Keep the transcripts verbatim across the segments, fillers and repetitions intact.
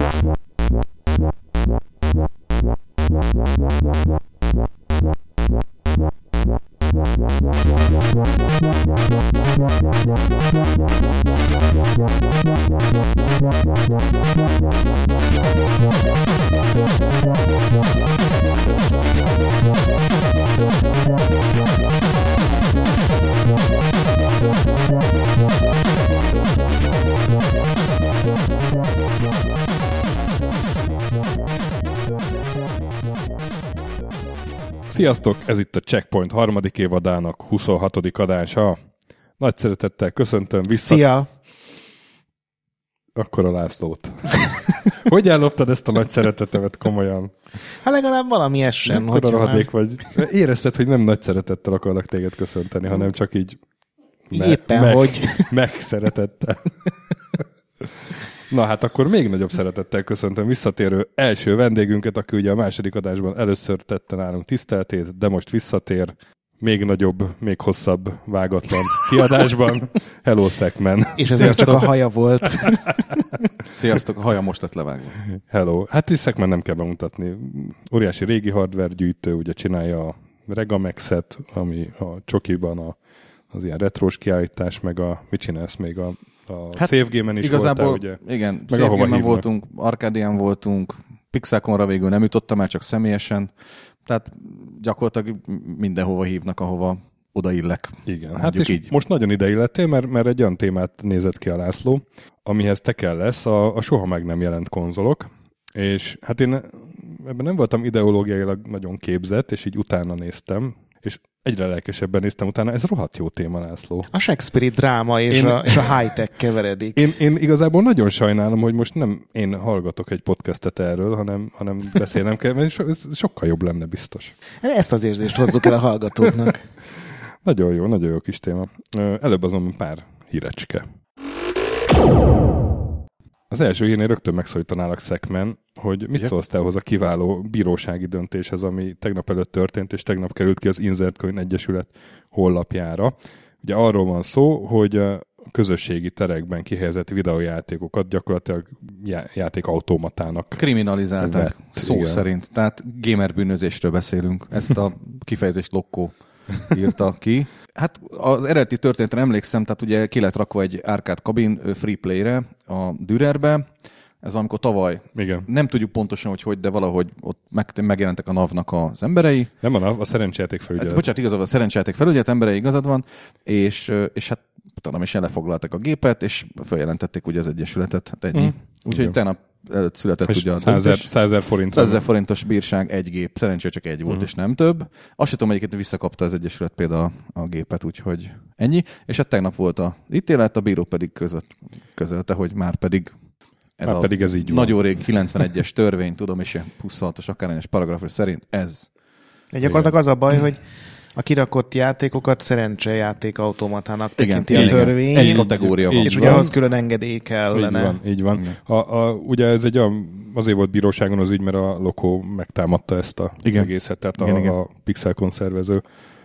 Sziasztok! Ez itt a Checkpoint harmadik évadának huszonhatodik adása. Nagy szeretettel köszöntöm vissza... Szia! Akkor a Lászlót. Hogy elloptad ezt a nagy szeretetemet komolyan? Hát legalább valami essen. Mekkora rohadék vagy. Érezted, hogy nem nagy szeretettel akarlak téged köszönteni, hanem csak így... Me- Éppen, meg, hogy... Megszeretettel. Na hát akkor még nagyobb szeretettel köszöntöm visszatérő első vendégünket, aki ugye a második adásban először tette nálunk tiszteltét, de most visszatér még nagyobb, még hosszabb, vágatlan kiadásban. Hello, Szekmen. És ezért csak a haja volt. Sziasztok, a haja most lett levágva. Hello. Hát is Szekmen nem kell bemutatni. Óriási régi hardware gyűjtő, ugye csinálja a Regamexet, ami a Csokiban a, az ilyen retrós kiállítás, meg a, mit csinálsz még a A hát Safe Game-en is igazából, voltál, ugye? Igen, Safe Game-en voltunk, Arcadian voltunk, Pixelconra végül nem jutottam el, csak személyesen. Tehát gyakorlatilag mindenhova hívnak, ahova odaillek. Igen, hát és így. Most nagyon ideillettél, mert, mert egy olyan témát nézett ki a László, amihez te kell lesz, a, a soha meg nem jelent konzolok. És hát én ebben nem voltam ideológiailag nagyon képzett, és így utána néztem, és egyre lelkesebben néztem utána, ez rohadt jó téma, László. A Shakespeare dráma és, én, a, és a high-tech keveredik. Én, én igazából nagyon sajnálom, hogy most nem én hallgatok egy podcastet erről, hanem, hanem beszélnem kell, mert so, ez sokkal jobb lenne biztos. Ezt az érzést hozzuk el a hallgatóknak. Nagyon jó, nagyon jó kis téma. Előbb azon pár hírecske. Az első hírnél rögtön megszólítanálak, Szekmen, hogy mit szólsz te ahhoz a kiváló bírósági döntéshez, ami tegnap előtt történt, és tegnap került ki az Insert Coin Egyesület honlapjára. Ugye arról van szó, hogy a közösségi terekben kihelyezett videójátékokat gyakorlatilag já- játékautomatának kriminalizálták, vett, szó igen. szerint. Tehát gamer bűnözésről beszélünk. Ezt a kifejezést Lokko írta ki. Hát az eredeti történetre emlékszem, tehát ugye ki lett rakva egy arcade kabin free play-re a Dürerbe. Ez amikor tavaly. Igen. Nem tudjuk pontosan, hogy hogy, de valahogy ott meg, megjelentek a NAV-nak az emberei. Nem a NAV, a szerencsejáték felügyelet. Hát, bocsánat, igazad, a szerencsejáték felügyelet emberei igazad van, és, és hát tudom, és elefoglalták a gépet, és feljelentették ugye az egyesületet. Hát ennyi. Mm. Úgyhogy tegnap előtt született és ugye a százezer forint. százezer forintos bírság egy gép. Szerencsére csak egy volt, mm. és nem több. Azt sem tudom, egyébként visszakapta az egyesület például a, a gépet, úgyhogy ennyi. És hát tegnap volt a ítélet, a bíró pedig között, közölte, hogy már pedig ez már a pedig ez így nagyon van. Rég kilencvenegyes törvény, tudom, és huszonhatos akárányos paragrafus szerint ez. De gyakorlatilag az a baj, hogy a kirakott játékokat szerencsejáték automatának tekinti a törvény. Egy kategória van. És ugye ahhoz külön engedély kellene. Így van, így van. A, a, ugye ez egy olyan, azért volt bíróságon az ügy, mert a Lokó megtámadta ezt a igen. egészet, tehát igen, a, igen. a Pixelcon szervező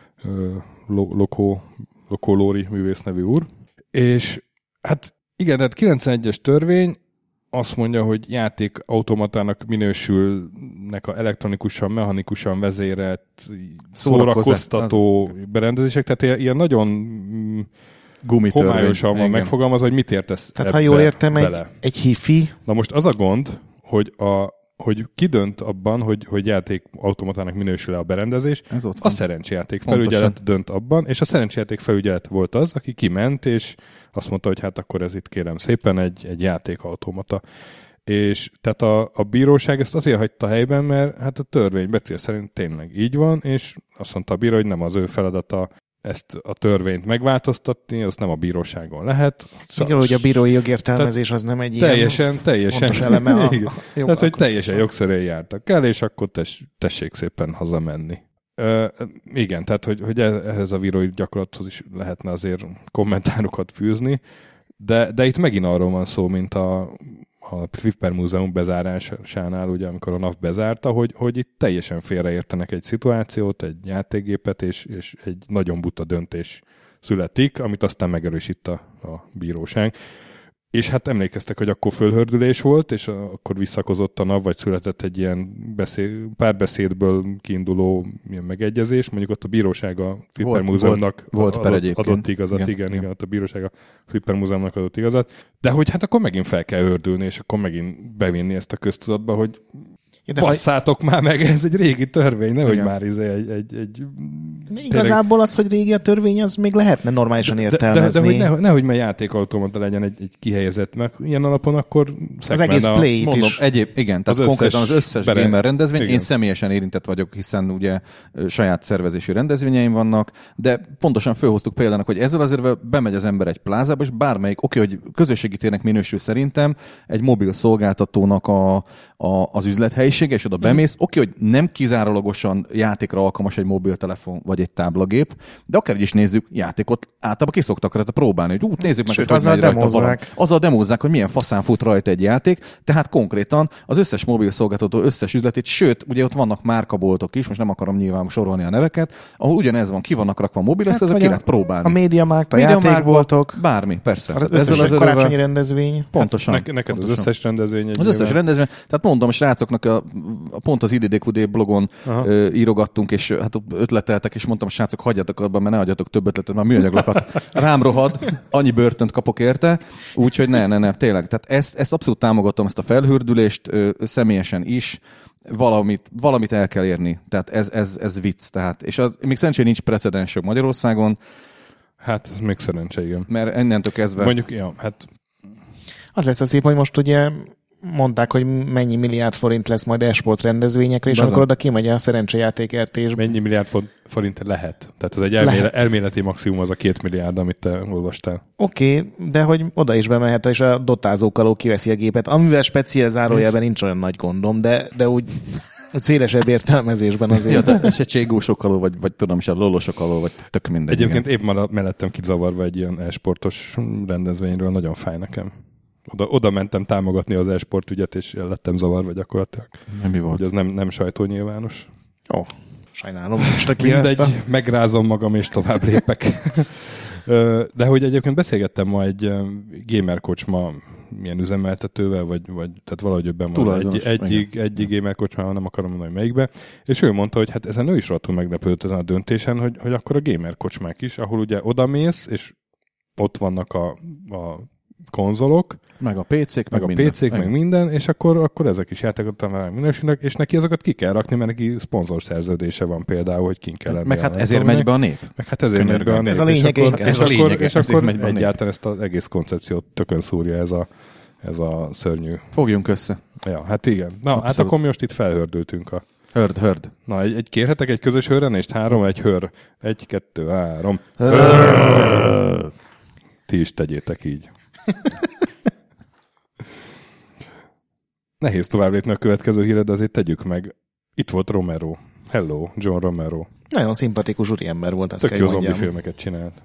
Lokó, Lokó Lóri művész nevű úr. És hát igen, tehát kilencvenegyes törvény azt mondja, hogy játékautomatának minősülnek a elektronikusan, mechanikusan vezérelt szórakoztató berendezések, tehát ilyen nagyon homályosan van megfogalmazva, hogy mit értesz tehát ha jól értem, egy, egy hifi. Na most az a gond, hogy a hogy ki dönt abban, hogy, hogy játékautomatának minősül-e a berendezés, a szerencsejáték felügyelet dönt abban, és a szerencsejáték felügyelet volt az, aki kiment, és azt mondta, hogy hát akkor ez itt kérem szépen egy, egy játékautomata. És tehát a, a bíróság ezt azért hagyta helyben, mert hát a törvény becél szerint tényleg így van, és azt mondta a bíró, hogy nem az ő feladata ezt a törvényt megváltoztatni, az nem a bíróságon lehet. Szóval, igen, hogy a bírói jogértelmezés az nem egy teljesen, ilyen teljesen, fontos eleme a, a tehát, hogy teljesen jogszerűen jártak el, és akkor tess, tessék szépen hazamenni. Ö, igen, tehát, hogy, hogy ehhez a bírói gyakorlathoz is lehetne azért kommentárokat fűzni, de, de itt megint arról van szó, mint a a Flipper Múzeum bezárásánál, ugye, amikor a NAV bezárta, hogy, hogy itt teljesen félreértenek egy szituációt, egy játékgépet, és, és egy nagyon buta döntés születik, amit aztán megerősít a, a bíróság. És hát emlékeztek, hogy akkor fölhördülés volt, és akkor visszakozott a nap, vagy született egy ilyen beszéd, párbeszédből kiinduló ilyen megegyezés. Mondjuk ott a bíróság a Flipper Múzeumnak volt, volt adott, adott igazat. Igen, igen, igen, igen, ott a bíróság a Flipper Múzeumnak adott igazat. De hogy hát akkor megint fel kell hördülni, és akkor megint bevinni ezt a köztudatba, hogy ja, passzátok ha... már meg, ez egy régi törvény, nehogy igen. már izé egy... egy, egy Igazából az, hogy régi a törvény, az még lehetne normálisan értelmezni. De, de, de, de hogy nehogy, nehogy már játékautomata legyen egy, egy kihelyezett, mert ilyen alapon akkor az egész a... play-t mondom, is. Egyéb, igen, tehát az konkrétan az összes bere... gamer rendezvény, igen. Én személyesen érintett vagyok, hiszen ugye saját szervezésű rendezvényeim vannak, de pontosan fölhoztuk példának, hogy ezzel azért bemegy az ember egy plázába, és bármelyik, oké, okay, hogy közösségi térnek minősül szerintem egy mobil szolgáltatónak a, a, az üzlethelyisége, és oda bemész, oké, okay, hogy nem kizárólagosan játékra alkalmas egy mobiltelefon vagy egy táblagép, de akár is nézzük, játékot általában ki szoktak rajta próbálni, hogy út, nézzük meg, sőt, hogy hogy megy rajta. Azzal demózzák, hogy milyen faszán fut rajta egy játék, tehát konkrétan az összes mobil szolgáltató összes üzletét, sőt, ugye ott vannak márkaboltok is, most nem akarom nyilván sorolni a neveket, ahol ugyanez van, ki vannak rakva mobil, ezt hát, ki lehet próbálni. A MediaMarkt, a játékboltok. Bármi, persze. Az ezzel az karácsonyi rendezvény. Pontosan. Hát, neked pontosan. Az összes rendezvény. Az összes rendezvény. Tehát mondom, a srácoknak a, a pont az i dé dé kú dé blogon ö, írogattunk, és hát ötleteltek, és mondtam, srácok, hagyjatok abban, mert ne hagyjatok több ötletet, már műanyaglakat rám rohad, annyi börtönt kapok érte, úgyhogy ne, ne, ne, tényleg. Tehát ezt, ezt abszolút támogatom, ezt a felhördülést ö, személyesen is, valamit, valamit el kell érni. Tehát ez, ez, ez vicc. Tehát, és az, még szerencsére nincs precedensök Magyarországon. Hát ez még szerencsé, igen. Mert ennentől kezdve... Mondjuk, ja, hát... Az lesz a szép, hogy most ugye mondták, hogy mennyi milliárd forint lesz majd e-sport rendezvényekre, és Bazan. Akkor oda kimegy a szerencsejátékertés. Mennyi milliárd forint lehet? Tehát az egy elméle, elméleti maximum az a két milliárd, amit te olvastál. Oké, okay, de hogy oda is bemehet, és a dotázók alól kiveszi a gépet, amivel speciál zárójelben nincs olyan nagy gondom, de, de úgy... A szélesebb értelmezésben azért. Ja, de se cségósok alól, vagy, vagy tudom is, a lolosok alól, vagy tök mindegy. Egyébként épp már mellettem kizavarva egy ilyen e-sportos rendezvényről, nagyon fáj nekem. Oda, oda mentem támogatni az e-sport ügyet, és lettem zavarva gyakorlatilag. Nem mi volt? Hogy az nem, nem sajtónyilvános. Ó, oh, sajnálom. Most aki mindegy, megrázom magam, és tovább lépek. De hogy egyébként beszélgettem ma egy gamer kocsma milyen üzemeltetővel, vagy, vagy tehát valahogy benn van egy, egyik, egyik gamer kocsmában, nem akarom mondani melyikbe, és ő mondta, hogy hát ezen ő is rohadtul meglepődött ezen a döntésen, hogy, hogy akkor a gamer kocsmák is, ahol ugye odamész, és ott vannak a, a konzolok, meg a pé cék, meg, meg a minden. pé cék, meg minden, és akkor, akkor ezek is játékot minősülnek, és neki azokat ki kell rakni, mert neki szponzorszerződése van például, hogy kint kell lenni. Meg hát ezért megy be a nép. Meg hát ezért megy be a nép. Ez a lényeg. És akkor, ez és a lényeg, és akkor egyáltalán ezt az egész koncepciót tökön szúrja ez a, ez a szörnyű. Fogjunk össze. Ja, hát igen. Na, abszolút. Hát akkor mi most itt felhördültünk a... Hörd, hörd. Na, egy, egy kérhetek egy közös hörrenést? Három, egy hör. Egy, kettő, három. Ti is tegyétek így. Nehéz tovább lépni a következő híre, de azért tegyük meg. Itt volt Romero. Hello, John Romero. Nagyon szimpatikus úriember volt, azt Tök kell jó mondjam. zombi filmeket csinált.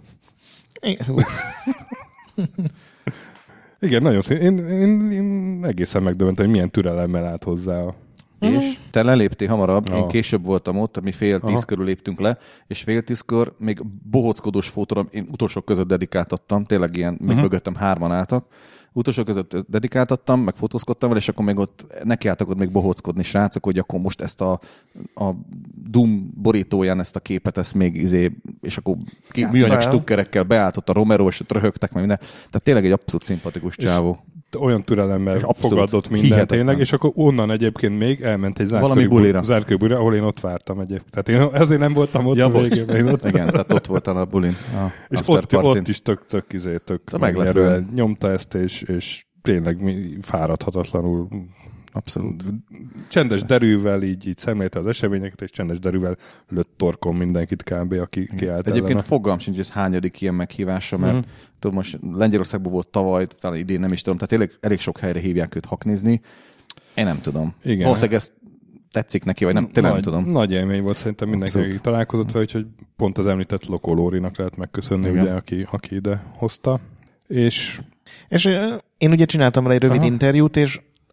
Igen, nagyon szép. Én, én, én egészen megdöbbentem, hogy milyen türelemmel állt hozzá a... Mm. És te leléptél hamarabb, ah. Én később voltam ott, mi fél tíz Aha. körül léptünk le, és fél tízkor még bohóckodós fotóra én utolsók között dedikáltattam, tényleg ilyen, még uh-huh. mögöttem hárman álltak, utolsók között dedikáltattam, meg fotózkodtam vele, és akkor még ott nekiálltak ott még bohóckodni srácok, hogy akkor most ezt a, a Doom borítóján ezt a képet, ezt még izé, és akkor műanyag stukkerekkel beálltott a Romero, és ott röhögtek meg minden. Tehát tényleg egy abszolút szimpatikus csávó. Olyan türelemmel fogadott mindent tényleg, és akkor onnan egyébként még elment egy zárkörű bulira, ahol én ott vártam egyébként. Tehát én ezért nem voltam ott ja, a végén. Ott. Igen, tehát ott voltam a bulin. A és ott, ott is tök, tök, izé, tök meglepően nyomta ezt, és, és tényleg fáradhatatlanul abszolút. Csendes derűvel így, így szemlélte az eseményeket, és csendes derűvel lőtt torkon mindenkit kb. Aki kiállt Egyébként ellene. fogalm sincs, ez hányadik ilyen meghívása, mert mm. tudom, most Lengyelországban volt tavaly, talán idén nem is tudom, tehát elég, elég sok helyre hívják őt haknizni. Én nem tudom. Igen. Valószínűleg ez tetszik neki, vagy nem, tényleg nagy, nem tudom. Nagy élmény volt szerintem mindenki, aki találkozott vele, úgyhogy pont az említett Lokó Lórinak lehet megköszönni, ugye, aki, aki ide hozta. És... És én ugye csináltam rá egy rövid Aha. interjút, és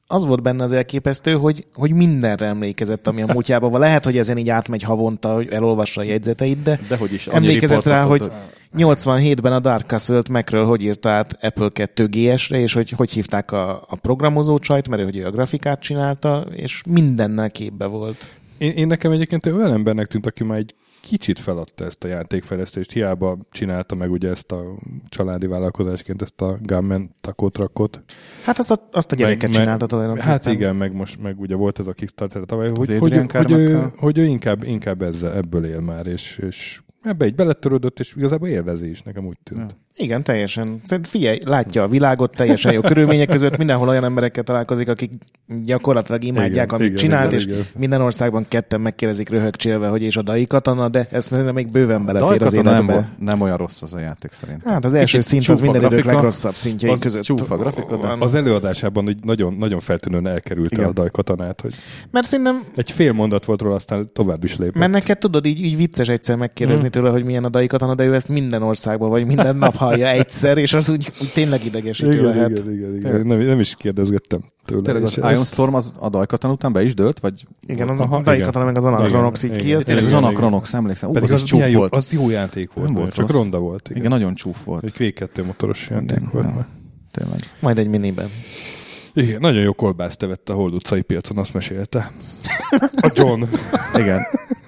az volt benne az elképesztő, hogy, hogy mindenre emlékezett, ami a múltjában van. Lehet, hogy ezen így átmegy havonta, hogy elolvassa a jegyzeteit, de Dehogy is, emlékezett rá, hogy nyolcvanhétben a Dark Castle-t Macről hogy írta át Apple kettő gé es-re, és hogy hogy hívták a, a programozó csajt, mert ő, hogy ő a grafikát csinálta, és mindennel képbe volt. Én, én nekem egyébként olyan embernek tűnt, aki már egy kicsit feladta ezt a játékfejlesztést, hiába csinálta meg ugye ezt a családi vállalkozásként, ezt a Gunman takótrakot. Hát azt a, azt a gyereket meg, csinálta tulajdonképpen. Hát igen, meg most meg ugye volt ez a Kickstarter tavaly, hogy, hogy, hogy, hogy, ő, hogy ő inkább, inkább ezzel, ebből él már, és, és ebbe így beletörődött, és igazából élvezi is, nekem úgy tűnt. Ja. Igen, teljesen. Figyelj, látja a világot teljesen jó körülmények között, mindenhol olyan emberekkel találkozik, akik gyakorlatilag imádják, igen, amit igen, csinált, igen, és igen. minden országban ketten megkérdezik röhögcsélve, hogy és a Dai Katana, de ezt még bőven belefér az életbe. Nem, nem olyan rossz az a játék szerint. Hát az első Kicsit szint az minden idők legrosszabb szintjei között. Csúfa grafika, de... Az előadásában így nagyon, nagyon feltűnően elkerülte a Dai Katanát, hogy mert szerintem... egy fél mondat volt róla, aztán tovább is lépett. Mert neked tudod, így, így vicces egyszer megkérdezni hmm. tőle, hogy milyen a Dai Katana, de ő ezt minden országban, vagy minden nap hallja egyszer, és az úgy, úgy tényleg idegesítő igen, lehet. Igen, igen, igen. Nem, nem is kérdezgettem tőle. Tényleg az Ion Storm az a Dai Katana után be is dőlt? Vagy... Igen, az a Dai Katana meg az Anachronox így kijött. Tényleg az Anachronox, emlékszem. Pedig az, az csúf volt. Az jó játék volt, volt csak ronda volt. Igen, igen, nagyon csúf volt. Egy Quake kettő motoros játék igen, volt. Ja. Tényleg. Majd egy miniben. Igen, nagyon jó kolbászt tevett a Hold utcai piacon, azt mesélte. A John. Igen.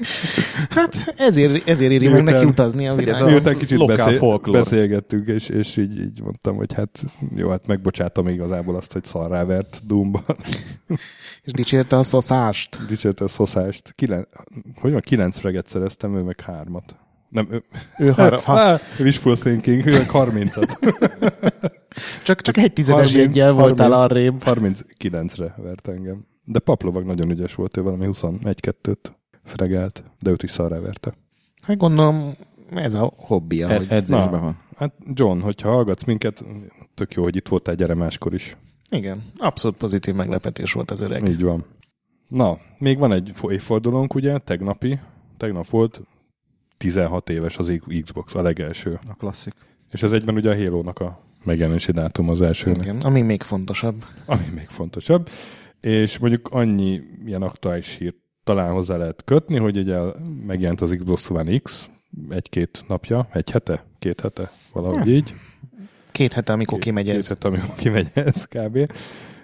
Hát ezért, ezért éri meg neki utazni a világon. Miután kicsit beszél, beszélgettünk, és, és így, így mondtam, hogy hát jó, hát megbocsátom igazából azt, hogy szarrávert Doomban. És dicsérte a szoszást. Dicsérte a szoszást. Kilen, hogy van, kilenc freget szereztem, ő meg hármat. Nem, ő... ő har, ha... Wishful thinking, ő meg harmincat. Csak, csak egy tizedes jeggyel voltál arrébb. harminckilencre vert engem. De Paplovag nagyon ügyes volt, ő valami huszonegy-kettőt fregált, de őt is szarrá verte. Hát gondolom, ez a hobbija. E- edzésben van. Hát John, hogyha hallgatsz minket, tök jó, hogy itt voltál, gyere máskor is. Igen, abszolút pozitív meglepetés volt az öreg. Így van. Na, még van egy évfordulónk, ugye, tegnapi. Tegnap volt tizenhat éves az Xbox, a legelső. A klasszik. És ez egyben ugye a Halo-nak a megjelenési dátum az elsőnek. Igen, ami még fontosabb. Ami még fontosabb. És mondjuk annyi ilyen aktuális hírt talán hozzá lehet kötni, hogy ugye megjelent az Xbox One X egy-két napja, egy hete, két hete, valahogy ja. így. Két hete, amikor két, kimegy ez. Két hete, amikor kimegy ez kb.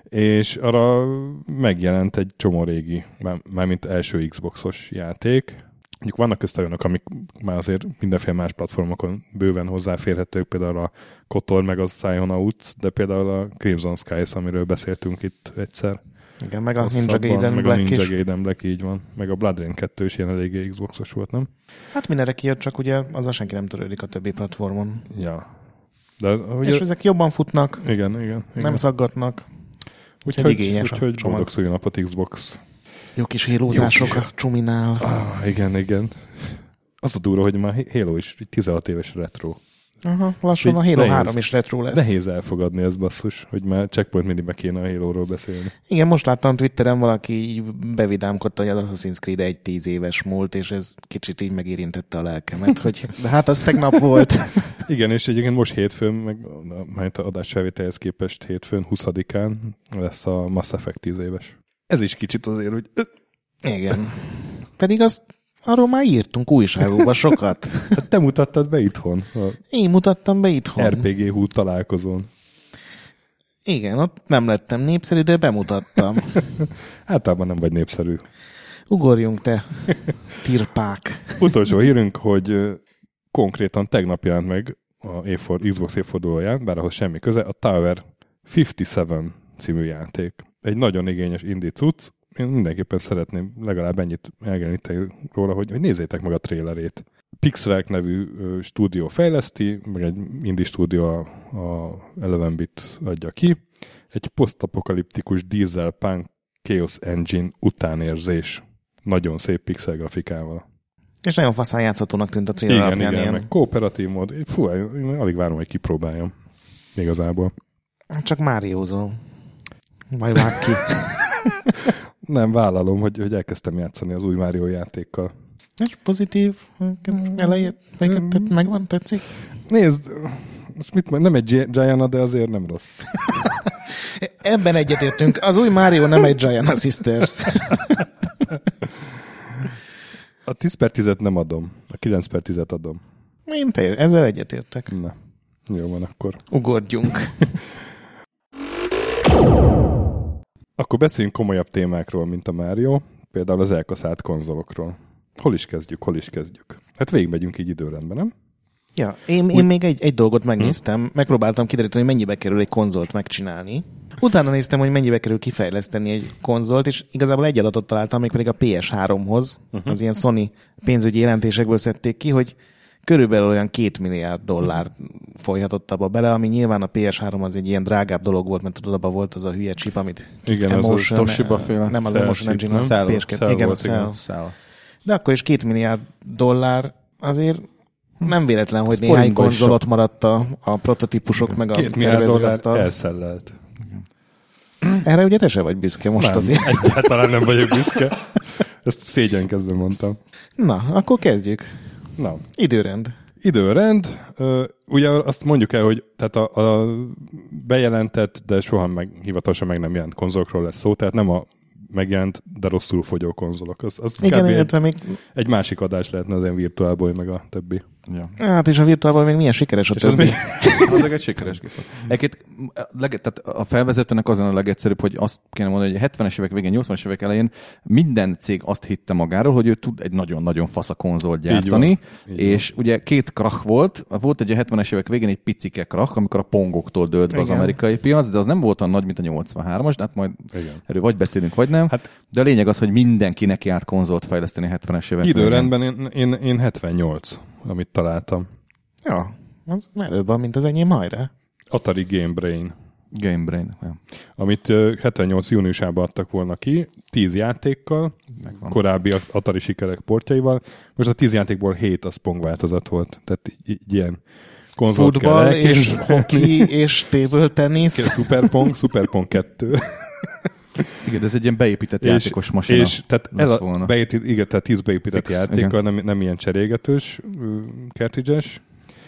És arra megjelent egy csomó régi, mármint első Xboxos játék. Mondjuk vannak közt olyanok, amik már azért mindenféle más platformokon bőven hozzáférhetők, például a Kotor meg a Psychonauts, de például a Crimson Skies, amiről beszéltünk itt egyszer. Igen, meg a Ninja Gaiden meg Black a Ninja is. Gaiden Black, így van. Meg a Blood Rain kettő is ilyen eléggé Xboxos volt, nem? Hát mindenre kijött, csak ugye azzal senki nem törődik a többi platformon. Ja. De, ugye, és ezek jobban futnak, igen, igen, igen. nem szaggatnak. Úgyhogy igényes úgy, úgy boldog szülőnapot Xbox. Jó kis hélózások a csuminál. Ah, igen, igen. Az a durva, hogy már Halo is tizenhat éves retro. Aha, lassan a Halo nehéz, három is retro lesz. Nehéz elfogadni ez, basszus, hogy már Checkpoint Minibe kéne a Halo-ról beszélni. Igen, most láttam Twitteren, valaki bevidámkodta, hogy az Assassin's Creed egy tíz éves múlt, és ez kicsit így megérintette a lelkemet, hogy de hát az tegnap volt. Igen, és egyébként most hétfőn, meg majd a adásfelvételhez képest hétfőn, huszadikán lesz a Mass Effect tíz éves. Ez is kicsit azért, hogy... Igen. Pedig azt arról már írtunk újságokban sokat. Hát te mutattad be itthon. Én mutattam be itthon. er pé gé hú találkozón. Igen, ott nem lettem népszerű, de bemutattam. Általában nem vagy népszerű. Ugorjunk te, tirpák. Utolsó hírünk, hogy konkrétan tegnap jelent meg a évford, Xbox évfordulóján, bár ahhoz semmi köze, a Tower ötvenhét című játék. Egy nagyon igényes indie cucc. Én mindenképpen szeretném legalább ennyit elgeníteni róla, hogy, hogy nézzétek meg a trailerét. Pixelwerk nevű ö, stúdió fejleszti, meg egy indie stúdió a, a Eleven Bit adja ki. Egy posztapokaliptikus diesel punk Chaos Engine utánérzés. Nagyon szép pixel grafikával. És nagyon faszán játszhatónak tűnt a trailer igen, alapján. Igen, ilyen. meg kooperatív mód. Fú, én alig várom, hogy kipróbáljam. Igazából. Csak Máriózol. Majd vág ki. Nem, vállalom, hogy, hogy elkezdtem játszani az új Mario játékkal. És pozitív elejét megvan, tetszik? Nézd, most mit mond, nem egy Gianna, de azért nem rossz. Ebben egyetértünk. Az új Mario nem egy Giant Sisters. A tíz per tízet nem adom. A kilenc per tízet adom. Én te, ezzel egyetértek. Na, jó van akkor. Ugorjunk. Akkor beszéljünk komolyabb témákról, mint a Mario. Például az elkaszált konzolokról. Hol is kezdjük, hol is kezdjük? Hát végigmegyünk így időrendben, nem? Ja, én, én még egy, egy dolgot megnéztem, hmm. megpróbáltam kideríteni, hogy mennyibe kerül egy konzolt megcsinálni. Utána néztem, hogy mennyibe kerül kifejleszteni egy konzolt, és igazából egy adatot találtam, még pedig a pé es háromhoz, uh-huh. az ilyen Sony pénzügyi jelentésekből szedték ki, hogy körülbelül olyan két milliárd dollár folyhatott abba bele, ami nyilván a pé es három az egy ilyen drágább dolog volt, mert tudod, abban volt az a hülye chip, amit igen, Emotion, az a Toshiba féle. Nem az Emotion Engine, hanem pé es kettő. Igen, a Cell. Cell. De akkor is két milliárd dollár azért nem véletlen, hogy ez néhány konzolot maradt a, a prototípusok, meg a két milliárd dollár elszellelt. Erre ugye te se vagy büszke most nem, azért. Egyáltalán nem vagyok büszke. Ezt szégyenkezve mondtam. Na, akkor kezdjük. Na. Időrend. Időrend. Uh, ugye azt mondjuk el, hogy tehát a, a bejelentett, de soha meg, hivatalosan meg nem jelent konzolokról lesz szó, tehát nem a megjelent, de rosszul fogyó konzolok. Az, az igen, illetve még... egy másik adás lehetne az ilyen Virtual Boy, meg a többi. Ja. Hát és a Virtual Boy még milyen sikeres a és többi. Az egy sikeres gép. Egyébként tehát a felvezetőnek azon a legegyszerűbb, hogy azt kéne mondani, hogy a hetvenes évek végén, nyolcvanas évek elején minden cég azt hitte magáról, hogy ő tud egy nagyon-nagyon fasz a konzolt gyártani, így van, így és van. Ugye két krach volt, volt egy a hetvenes évek végén egy picike krach, amikor a pongoktól dőlt be az amerikai piac, de az nem volt olyan nagy, mint a nyolcvanhármas, de hát majd igen. erről vagy beszélünk, vagy nem. Hát, de a lényeg az, hogy mindenki neki állt konzolt fejleszteni a hetvenes évek időrendben én, én, én hetvennyolc, amit találtam. Ja, az merőbb van, mint az enyém hajrá. Atari Game Brain. Game Brain, ja. Amit hetvennyolc júniusában adtak volna ki, tíz játékkal, megvan. Korábbi Atari sikerek portjaival. Most a tíz játékból hét az Pong változat volt. Tehát így ilyen konzolt futball és hoki és table tennis. Super Pong, Super Pong kettő. Igen, ez egy ilyen beépített és, játékos masina. És tehát ez a beépített, igen, tehát tíz beépített Fix, játékkal, nem, nem ilyen cserégetős cartridge-es,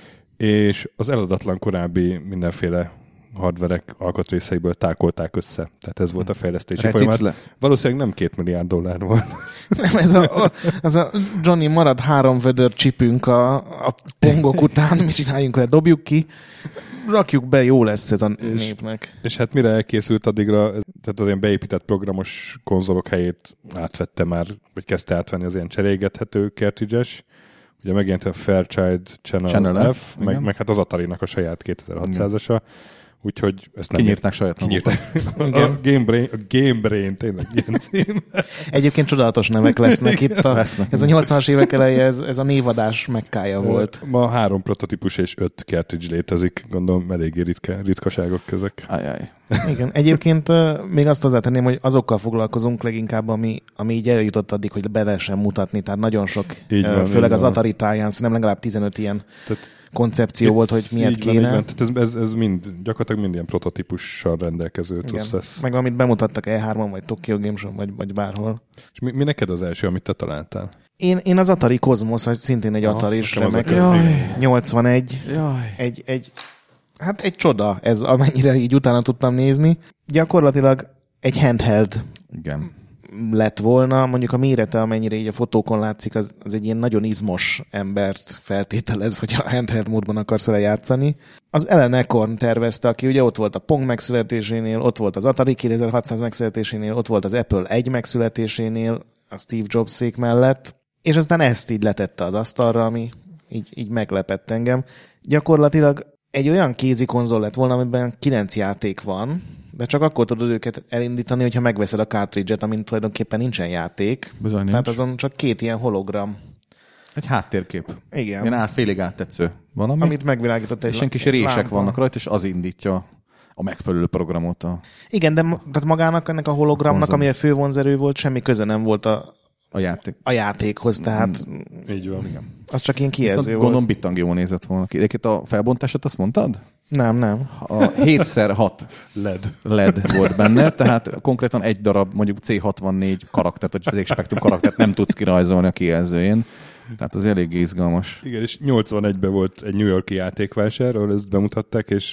és az eladatlan korábbi mindenféle hardverek alkatrészeiből tákolták össze. Tehát ez volt a fejlesztési folyamat. Valószínűleg nem két milliárd dollár volt. Nem, ez a, az a Johnny, marad három vödör csipünk a, a pongok után, mi csináljunk le, dobjuk ki, rakjuk be, jó lesz ez a és, népnek. És hát mire elkészült addigra, tehát az ilyen beépített programos konzolok helyét átvette már, vagy kezdte átvenni az ilyen cserégethető cartridge-es. Ugye megjelent a Fairchild Channel, Channel F, F meg, meg hát az Atari-nak a saját kétezer-hatszázasa. Úgyhogy ezt nem kinyírták saját kinyírták. A Game Brain, a Game Brain tényleg ilyen cím. Egyébként csodálatos nevek lesznek itt. A, ez a nyolcvanas évek eleje, ez, ez a névadás mekkája volt. Ma három prototípus és öt cartridge létezik. Gondolom eléggé ritka, ritkaságok közök. Ajaj. Igen, egyébként uh, még azt hozzátenném, hogy azokkal foglalkozunk leginkább, ami, ami így eljutott addig, hogy be lehessen mutatni. Tehát nagyon sok, így van, uh, főleg az Atari táján, szerintem legalább tizenöt ilyen Tehát koncepció volt, hogy miért kéne. Van, van. Ez, ez, ez mind, gyakorlatilag mind ilyen prototípussal rendelkező. Meg amit bemutattak E hármon, vagy Tokyo Game Show, vagy, vagy bárhol. És mi, mi neked az első, amit te találtál? Én, én az Atari Cosmos, hogy szintén egy Atari-s remek. nyolcvanegy. Jaj. Egy, egy, hát egy csoda ez, amennyire így utána tudtam nézni. Gyakorlatilag egy handheld. Igen. Lett volna, mondjuk a mérete, amennyire így a fotókon látszik, az, az egy ilyen nagyon izmos embert feltételez, hogy a handheld módban akarsz vele játszani. Az Alan Acorn tervezte, aki ugye ott volt a Pong megszületésénél, ott volt az Atari kétezer-hatszáz megszületésénél, ott volt az Apple egy megszületésénél, a Steve Jobs-szék mellett, és aztán ezt így letette az asztalra, ami így, így meglepett engem. Gyakorlatilag egy olyan kézi konzol lett volna, amiben kilenc játék van, de csak akkor tudod őket elindítani, hogyha megveszed a cartridge-et, amin tulajdonképpen nincsen játék. Bizony Tehát nincs. azon csak két ilyen hologram. Egy háttérkép. Igen. Ilyen át, félig áttetsző. Van, ami? Amit megvilágított egy és ilyen kis rések lámpa. Vannak rajta, és az indítja a megfelelő programot. A... Igen, de tehát magának ennek a hologramnak, a ami a fő vonzerő volt, semmi köze nem volt a, a, játék. a játékhoz, tehát mm, így van. Igen. Az csak ilyen kijelző volt. Gondolom bitang jól nézett volna ki. Egyébként a felbontását azt mondtad? Nem, nem. A hét szer hat led. led volt benne, tehát konkrétan egy darab mondjuk cé hatvannégy karaktert, vagy az X-Spectrum karaktert nem tudsz kirajzolni a kijelzőjén. Tehát az eléggé izgalmas. Igen, és nyolcvanegyben volt egy New York-i játékvásár, ahol ezt bemutatták, és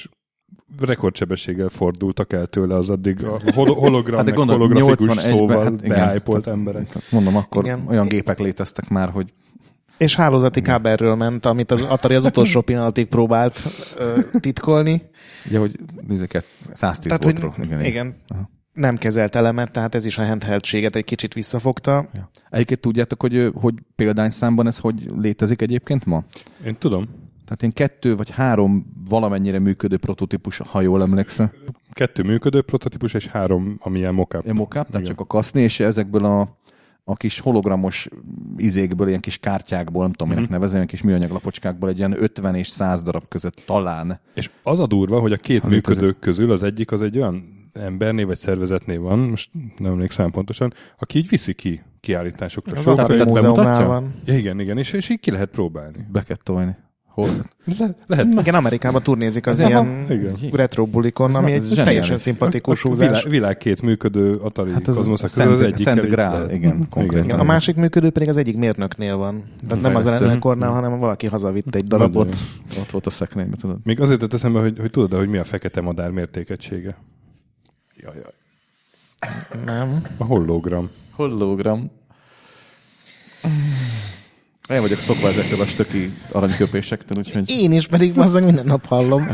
rekordsebességgel fordultak el tőle az addig a hol- hologram, hát meg holografikus szóval hát beájpolt emberek. Mondom, akkor igen. Olyan gépek léteztek már, hogy és hálózati kábelről ment, amit az Atari az utolsó pillanatig próbált ö, titkolni. Ja, hogy nézzeket száztíz voltról. Igen. igen. Nem kezelt elemet, tehát ez is a handheldséget egy kicsit visszafogta. Ja. Egyébként tudjátok, hogy, hogy példányszámban ez hogy létezik egyébként ma? Én tudom. Tehát én kettő vagy három valamennyire működő prototípus, ha jól emlékszem. Kettő működő prototípus, és három, ami ilyen mock-up. Ilyen mock-up, tehát csak a kaszni, és ezekből a, a kis hologramos izékből, ilyen kis kártyákból, nem tudom, minek mm-hmm. nevezem, ilyen kis műanyaglapocskákból egy ilyen ötven és száz darab között talán. És az a durva, hogy a két ha működők közül az egyik az egy olyan embernél vagy szervezetnél van, most nem emlékszem pontosan, aki így viszi ki kiállításokra. Az Atari Múzeumnál van. Ja, igen, igen, és, és így ki lehet próbálni. Be kell tolni. Hol? Le, lehet. Igen, Amerikában turnézik az ilyen retro bulikon, ami egy teljesen szimpatikus húzás. Világ, világ két működő Atari hát az kozmoszak közül az egyik. Szent Grál, igen, konkrétan. Igen, a másik működő pedig az egyik mérnöknél van. De nem az ellenkornál, hanem valaki hazavitt egy darabot. Ott volt a szekrényben, tudod. Még azért tett eszembe, hogy, hogy tudod, hogy mi a fekete madár mértékegysége? Jaj, jaj. Nem. A hologram. Hologram. Én vagyok szokva ezektől a stöki aranyköpésektől, úgyhogy... Én is, pedig azzal minden nap hallom.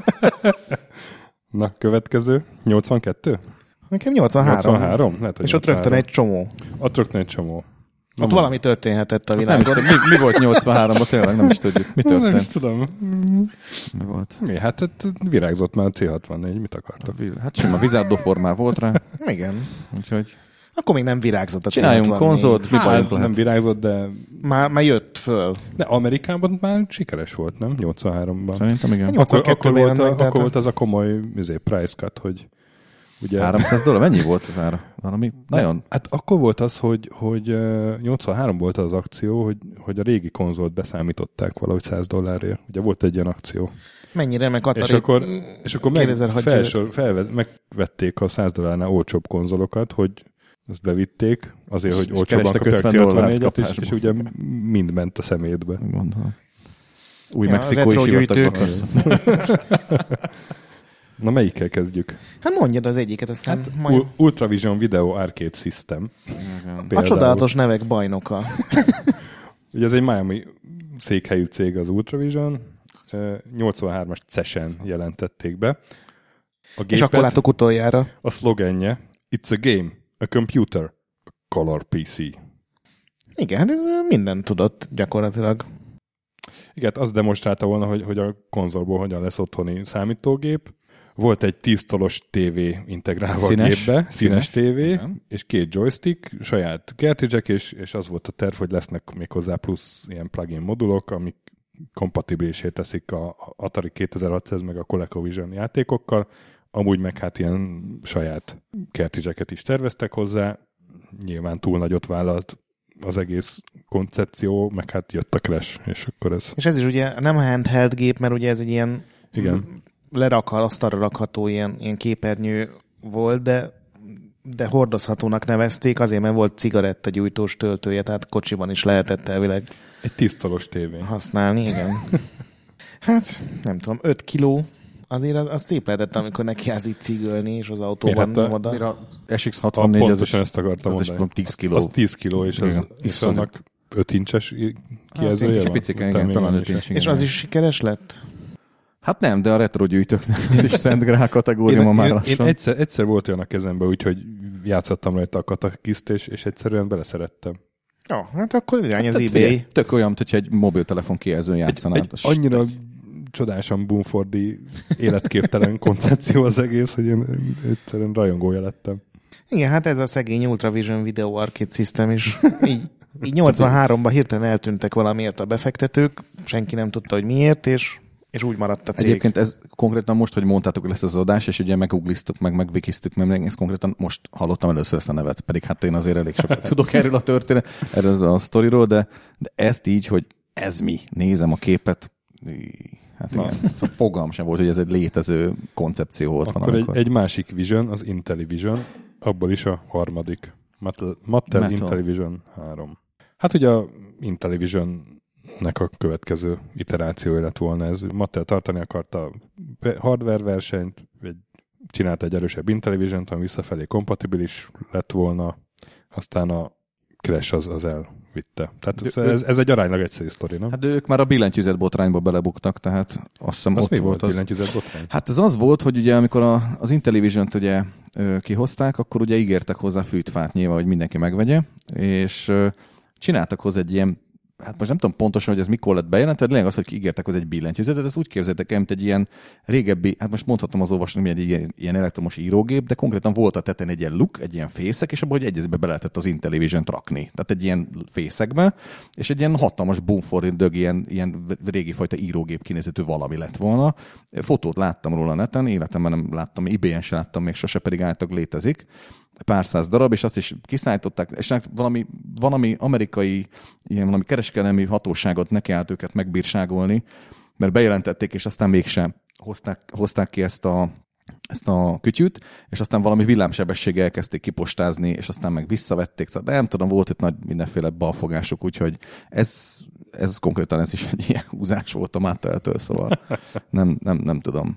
Na, következő. nyolcvankettő? Nekem nyolcvanhárom. nyolcvanhárom? Lehet, és ott rögtön egy csomó. Ott rögtön egy csomó. Ott Na, valami történhetett a világon. Nem is mi, mi volt nyolcvanháromban, tényleg nem is tudjuk. Mi történt? Nem is tudom. Mi volt? Mi? Hát, hát virágzott már a cé hatvannégy. Mit akartak? Hát sima Vizardo formál volt rá. Igen. Úgyhogy... Akkor még nem virágzott a csináljunk konzolt. Mi hát, nem virágzott, de... Már, már jött föl. De Amerikában már sikeres volt, nem? nyolcvanháromban. Szerintem igen. Akkor, akkor, volt, a, akkor volt az a komoly izé, price cut, hogy... Ugye... háromszáz dollár? Mennyi volt az ára? Valami nagyon... Ne, hát akkor volt az, hogy, hogy nyolcvanhárom volt az akció, hogy, hogy a régi konzolt beszámították valahogy száz dollárért. Ugye volt egy ilyen akció. Mennyire meg Atari? És akkor, és akkor meg, felsor, felve, megvették a száz dollárnál olcsóbb konzolokat, hogy azt bevitték, azért, hogy olcsóbban kapják cé hatvannégyet, és, és ugye mind ment a szemétbe. Gondolom. Új ja, mexikói sivatagban. Na, melyikkel kezdjük? Hát mondjad az egyiket, aztán hát, majd... Ultravision Video Arcade System. A csodálatos nevek bajnoka. Ugye ez egy Miami székhelyű cég az Ultravision. nyolcvanhármas cé-sen jelentették be. A gépet, és akkor látok utoljára. A szlogenje, It's a game, a computer, a color pé cé. Igen, hát ez minden tudott gyakorlatilag. Igen, azt demonstrálta volna, hogy, hogy a konzolból hogyan lesz otthoni számítógép. Volt egy tíz tolos tévé integrálva színes, a gépbe, színes, színes tévé, igen. És két joystick, saját cartridge-ek, és, és az volt a terv, hogy lesznek még hozzá plusz ilyen plugin modulok, amik kompatibilisé teszik a Atari kétezer-hatszáz meg a ColecoVision játékokkal. Amúgy meg hát ilyen saját cartridge-eket is terveztek hozzá. Nyilván túl nagyot vállalt az egész koncepció, meg hát jött a crash, és akkor ez... És ez is ugye nem handheld gép, mert ugye ez egy ilyen igen. lerakhat, asztalra rakható ilyen, ilyen képernyő volt, de, de hordozhatónak nevezték, azért, mert volt cigarettagyújtós töltője, tehát kocsiban is lehetett elvileg egy tíztolos tévé használni, igen. Hát, nem tudom, öt kiló, azért az, az szép lehetett, amikor neki az itt cigölni, és az autóban hát oda. A es iksz hatvannégy a, pontosan ezt akartam az mondani. tíz kiló. Az tíz kiló, és, az, és annak öt incses kijelzője van. Picike, igen, talán öt incs. És az is sikeres lett? Hát nem, de a retro gyűjtőknek ez is Szent Grál kategória én, ma már én, lassan. Én egyszer, egyszer volt olyan a kezembe, úgyhogy játszottam rajta a katakiszt, és, és egyszerűen beleszerettem. Jó, oh, hát akkor irány az hát, eBay. Tök olyan, hogyha egy mobiltelefon kijelzőn játszanád. Egy, egy annyira csodásan Bumfordi életképtelen koncepció az egész, hogy én egyszerűen rajongója lettem. Igen, hát ez a szegény Ultravision Video Arcade System is. Így, így nyolcvanháromban hirtelen eltűntek valamiért a befektetők, senki nem tudta, hogy miért, és, és úgy maradt a cég. Egyébként ez konkrétan most, hogy mondtátok, hogy lesz az adás, és ugye megugliztuk, meg megvikiztük, mert ez konkrétan most hallottam először ezt a nevet, pedig hát én azért elég sokat tudok erről a történet, erről a sztoriról, de, de ezt így, hogy ez mi, nézem a képet, hát igen, szóval fogalm sem volt, hogy ez egy létező koncepció volt. Akkor van, egy, egy másik Vision, az Intellivision, abból is a harmadik. Mattel, Mattel Intellivision három. Hát ugye a Intellivision nek a következő iterációja lett volna ez. Mattel tartani akarta a hardware versenyt, egy, csinálta egy erősebb Intellivision-t, ami visszafelé kompatibilis lett volna, aztán a Crash az, az elvitte. Tehát de ez, ez egy aránylag egyszerű sztori, nem? Hát de ők már a billentyűzet botrányba belebuktak, tehát azt hiszem az ott mi volt volt az billentyűzet botrány? Hát ez az volt, hogy ugye amikor a, az Intellivision-t ugye kihozták, akkor ugye ígértek hozzá fűtfát nyilván, hogy mindenki megvegye, és csináltak hozzá egy ilyen, hát most nem tudom pontosan, hogy ez mikor lett bejelentve, de lényeg az, hogy ígértek hozzá egy billentyűzetet, ezt úgy képzeljétek el, mint egy ilyen régebbi, hát most mondhatom az olvasónak, hogy egy ilyen, ilyen elektromos írógép, de konkrétan volt a tetején egy ilyen luk, egy ilyen fészek, és abban, hogy egyezbe be lehetett az Intellivision-t rakni. Tehát egy ilyen fészekbe, és egy ilyen hatalmas boomforint dög, ilyen, ilyen régi fajta írógép kinézetű valami lett volna. Fotót láttam róla a neten, életemben nem láttam, i bé en sem láttam még sose, pedig állítólag létezik. Pár száz darab, és azt is kiszállították, és valami, valami amerikai, ilyen valami kereskedelmi hatóságot nekiállt őket megbírságolni, mert bejelentették, és aztán mégsem hozták, hozták ki ezt a, ezt a kütyűt, és aztán valami villámsebességgel elkezdték kipostázni, és aztán meg visszavették. De nem tudom, volt itt nagy mindenféle balfogások, úgyhogy ez, ez konkrétan ez is egy ilyen húzás volt a Matteltől, szóval nem, nem, nem tudom.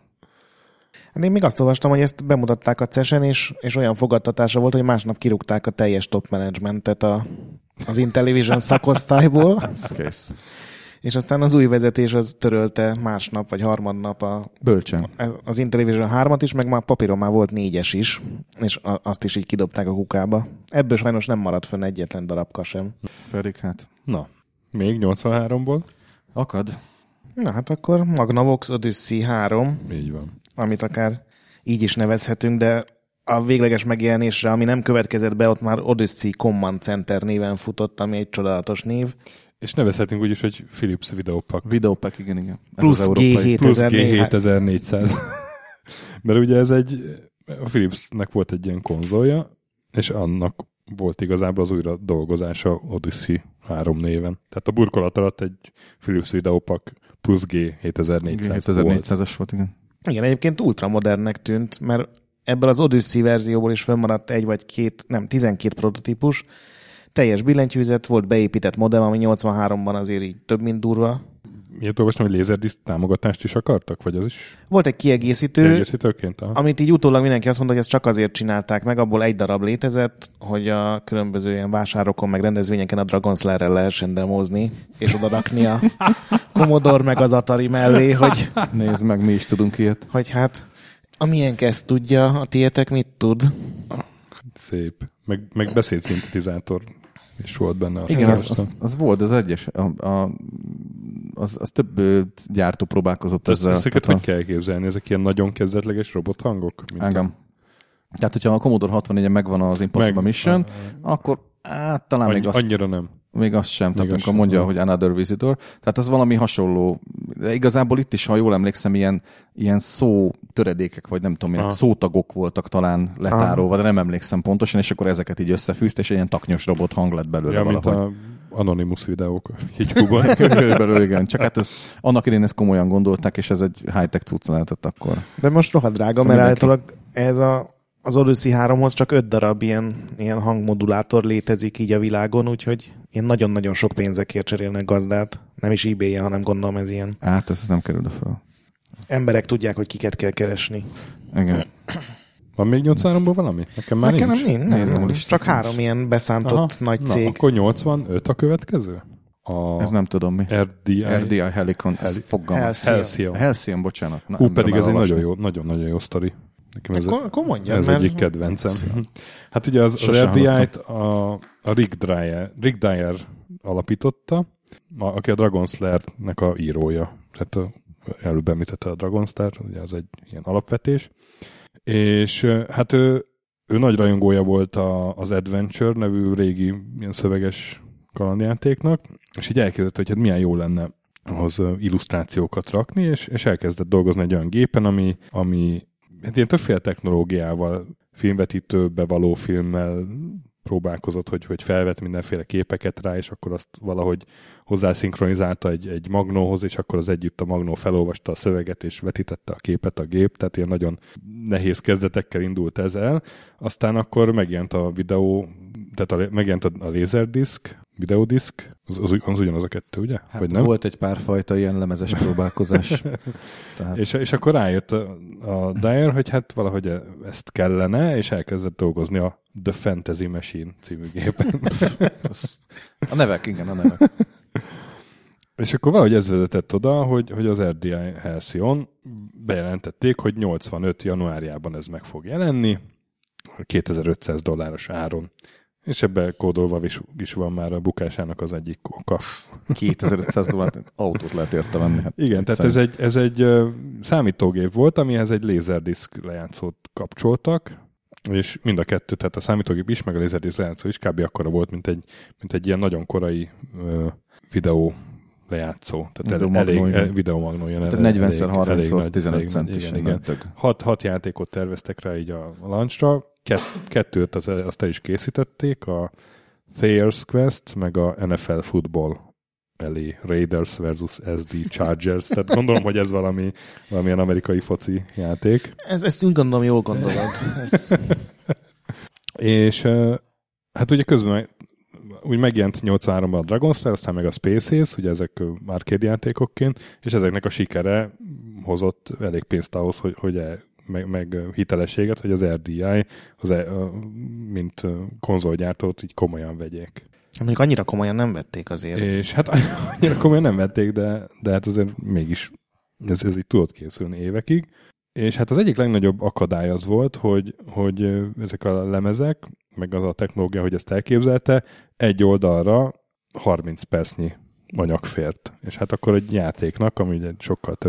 Én még azt olvastam, hogy ezt bemutatták a cé e es-en, és, és olyan fogadtatása volt, hogy másnap kirúgták a teljes top managementet a, az Intellivision szakosztályból. Kész. És aztán az új vezetés az törölte másnap, vagy harmadnap a, Bölcsen. az Intellivision hármat is, meg már papíron már volt négyes is, és a, azt is így kidobták a kukába. Ebből sajnos nem maradt fönn egyetlen darabka sem. Pedig hát. Na, még nyolcvanháromból? Akad. Na hát akkor Magnavox Odyssey három. Így van. Amit akár így is nevezhetünk, de a végleges megjelenésre, ami nem következett be, ott már Odyssey Command Center néven futott, ami egy csodálatos név. És nevezhetünk úgy is, hogy Philips Videopack. Videopack, igen, igen. Ez plusz G hétezer-négyszáz. Mert ugye ez egy, a Philipsnek volt egy ilyen konzolja, és annak volt igazából az újra dolgozása Odyssey három néven. Tehát a burkolat alatt egy Philips Videopack plusz G hétezer-négyszáz hétezer-négyszázas volt, igen. Igen, egyébként ultramodernnek tűnt, mert ebből az Odyssey verzióból is fönnmaradt egy vagy két, nem, tizenkét prototípus, teljes billentyűzet, volt beépített modem, ami nyolcvanháromban azért így több, mint durva. Miért olvastam, hogy Laserdisc támogatást is akartak, vagy az is? Volt egy kiegészítő, kiegészítőként, aha. Amit így utólag mindenki azt mondta, hogy ezt csak azért csinálták meg, abból egy darab létezett, hogy a különböző ilyen vásárokon, meg rendezvényeken a Dragon Slayer-rel lehessen demozni, és oda rakni a Commodore meg az Atari mellé, hogy... Nézd meg, mi is tudunk ilyet. Hogy hát, amilyen kezd tudja, a tiétek mit tud? Szép. Meg, meg beszédszintetizátor is volt benne. Igen, az, az, az volt, az egyes. A, a, az, az több gyártó próbálkozott ez, ezzel. Ezeket hogy kell képzelni? Ezek ilyen nagyon kezdetleges robothangok? Engem. Tehát, hogyha a Commodore hatvannégyen megvan az Impossible meg, Mission, a, akkor hát, talán annyi, még azt... Annyira nem. Még azt sem, még tehát amikor mondja, hogy Another Visitor. Tehát az valami hasonló. De igazából itt is, ha jól emlékszem, ilyen, ilyen szó töredékek, vagy nem tudom, milyen szótagok voltak talán letárolva, Aha. de nem emlékszem pontosan, és akkor ezeket így összefűzte, és egy ilyen taknyos robot hang lett belőle ja, valahogy. Mint a Anonymous videók YouTube-ban. Körülbelül igen, csak hát ez, annak idén ezt komolyan gondolták, és ez egy high-tech cucc lehetett akkor. De most rohadt drága, szóval mert általában ez a az Odyssey háromhoz csak öt darab ilyen, ilyen hangmodulátor létezik így a világon, úgyhogy ilyen nagyon-nagyon sok pénzekért cserélnek gazdát. Nem is eBay-en, hanem gondolom ez ilyen. Hát ez nem kerül fel. Emberek tudják, hogy kiket kell keresni. Igen. Van még nyolcvanháromból valami? Nekem már Nekem nincs. nincs. Nem, nem, nem, csak három ilyen beszántott Aha. nagy Na, cég. akkor nyolcvanöt a következő? A ez nem tudom mi. er dé i. er dé i Helicon. Ez fogalmas. Halcyon. Halcyon, bocsánat. Na, Hú, pedig ez egy nagyon jó, nagyon-nagyon jó sztori. Nekem ez, akkor, akkor mondjam, ez mert... egyik kedvencem. Hát ugye az, az er dé i-t a, a Rick Dyer, Rick Dyer alapította, a, aki a Dragon Slayer-nek a írója. Tehát a, előbb említette a Dragon Slayer, ugye az egy ilyen alapvetés. És hát ő, ő nagy rajongója volt a, az Adventure nevű régi ilyen szöveges kalandjátéknak, és így elkezdett, hogy hát milyen jó lenne ahhoz illusztrációkat rakni, és, és elkezdett dolgozni egy olyan gépen, ami, ami hát ilyen többféle technológiával, filmvetítőbe való filmmel próbálkozott, hogy, hogy felvett mindenféle képeket rá, és akkor azt valahogy hozzászinkronizálta egy, egy magnóhoz, és akkor az együtt a magnó felolvasta a szöveget, és vetítette a képet a gép, tehát ilyen nagyon nehéz kezdetekkel indult ez el. Aztán akkor megjelent a videó, tehát a, megjelent a, a Laserdisc, videodisk, Az, az, az ugyanaz a kettő, ugye? Hát vagy nem? Volt egy pár fajta ilyen lemezes próbálkozás. Tehát... és, és akkor rájött a, a Dyer, hogy hát valahogy ezt kellene, és elkezdett dolgozni a The Fantasy Machine című gépen. A nevek, igen, a nevek. És akkor valahogy ez vezetett oda, hogy, hogy az er dé i Halcyon bejelentették, hogy nyolcvanöt januárjában ez meg fog jelenni, kétezer-ötszáz dolláros áron. És ebben kódolva is, is van már a bukásának az egyik oka. kétezer-ötszáz dollár autót lehet érte venni. Hát igen, tehát ez egy, ez egy uh, számítógép volt, amihez egy lézerdiszk lejátszót kapcsoltak, és mind a kettő, tehát a számítógép is, meg a lézerdiszk lejátszó is kb. Akkora volt, mint egy, mint egy ilyen nagyon korai uh, videó lejátszó. Tehát elég, elég videomagnó jön. Tehát negyven harminc tizenöt centis. Igen, igen. Hat, hat játékot terveztek rá így a launchra. Kett, kettőt az, azt el is készítették, a Thayer's Quest, meg a en ef el Football elé, Raiders versus es dé Chargers. Tehát gondolom, hogy ez valami valamilyen amerikai foci játék. Ez, ezt úgy gondolom, jól gondolod. Ez... És hát ugye közben úgy megjelent nyolcvanháromban a Dragon's Lair, aztán meg a Space Ace, ugye ezek arcade játékokként, és ezeknek a sikere hozott elég pénzt ahhoz, hogy, hogy meg, meg hitelességet, hogy az er dé i, az, mint konzolgyártót így komolyan vegyék. Mondjuk annyira komolyan nem vették azért. És hát annyira komolyan nem vették, de, de hát azért mégis ez, ez így tudott készülni évekig. És hát az egyik legnagyobb akadály az volt, hogy, hogy ezek a lemezek, meg az a technológia, hogy ezt elképzelte, egy oldalra harminc percnyi anyag fért. És hát akkor egy játéknak, ami ugye sokkal több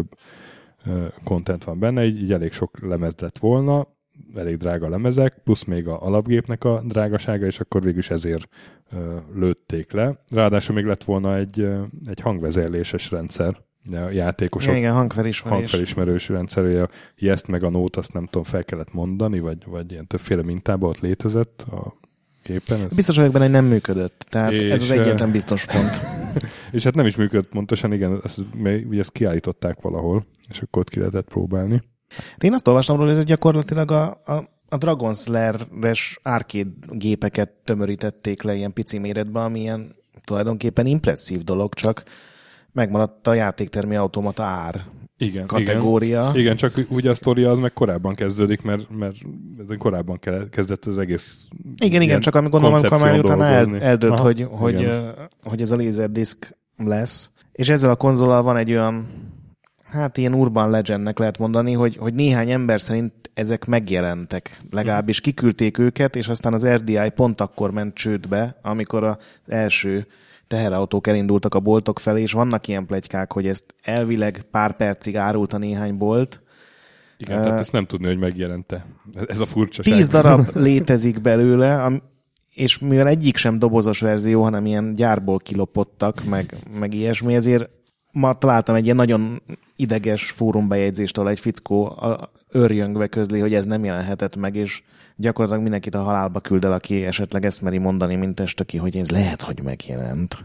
content van benne, így, így elég sok lemez lett volna, elég drága lemezek, plusz még a alapgépnek a drágasága, és akkor végülis ezért ö, lőtték le. Ráadásul még lett volna egy, egy hangvezérléses rendszer, a játékosok igen, hangfelismerés. hangfelismerős rendszer, a Yes meg a Note, azt nem tudom, fel kellett mondani, vagy, vagy ilyen többféle mintában ott létezett a gépen. Ez... Biztos vagyok benne, hogy nem működött, tehát és, ez az egyetlen biztos pont. És hát nem is működött pontosan, igen, ezt, ugye ezt kiállították valahol, és akkor ott ki lehetett próbálni. Én azt olvastam róla, hogy ez gyakorlatilag a, a, a Dragon's Lair-es arcade gépeket tömörítették le ilyen pici méretben, ami ilyen tulajdonképpen impresszív dolog, csak megmaradt a játéktermi automata ár igen, kategória. Igen, igen, csak ugye a sztoria az meg korábban kezdődik, mert, mert korábban kezdett az egész igen, igen, csak amikor gondolom, amikor már utána el, eldőlt, Aha, hogy, hogy, hogy ez a lézerdisk lesz. És ezzel a konzollal van egy olyan, hát ilyen urban legendnek lehet mondani, hogy, hogy néhány ember szerint ezek megjelentek. Legalábbis kiküldték őket, és aztán az er dé i pont akkor ment csődbe, amikor az első teherautók elindultak a boltok felé, és vannak ilyen pletykák, hogy ezt elvileg pár percig árult a néhány bolt. Igen, uh, tehát ezt nem tudni, hogy megjelente. Ez a furcsaság. Tíz darab létezik belőle, és mivel egyik sem dobozos verzió, hanem ilyen gyárból kilopottak, meg, meg ilyesmi, ezért ma találtam egy ilyen nagyon ideges fórumbejegyzést, ahol egy fickó őrjöngve közli, hogy ez nem jelenhetett meg, és gyakorlatilag mindenkit a halálba küld el, aki esetleg ezt meri mondani, mint testöki, hogy ez lehet, hogy megjelent.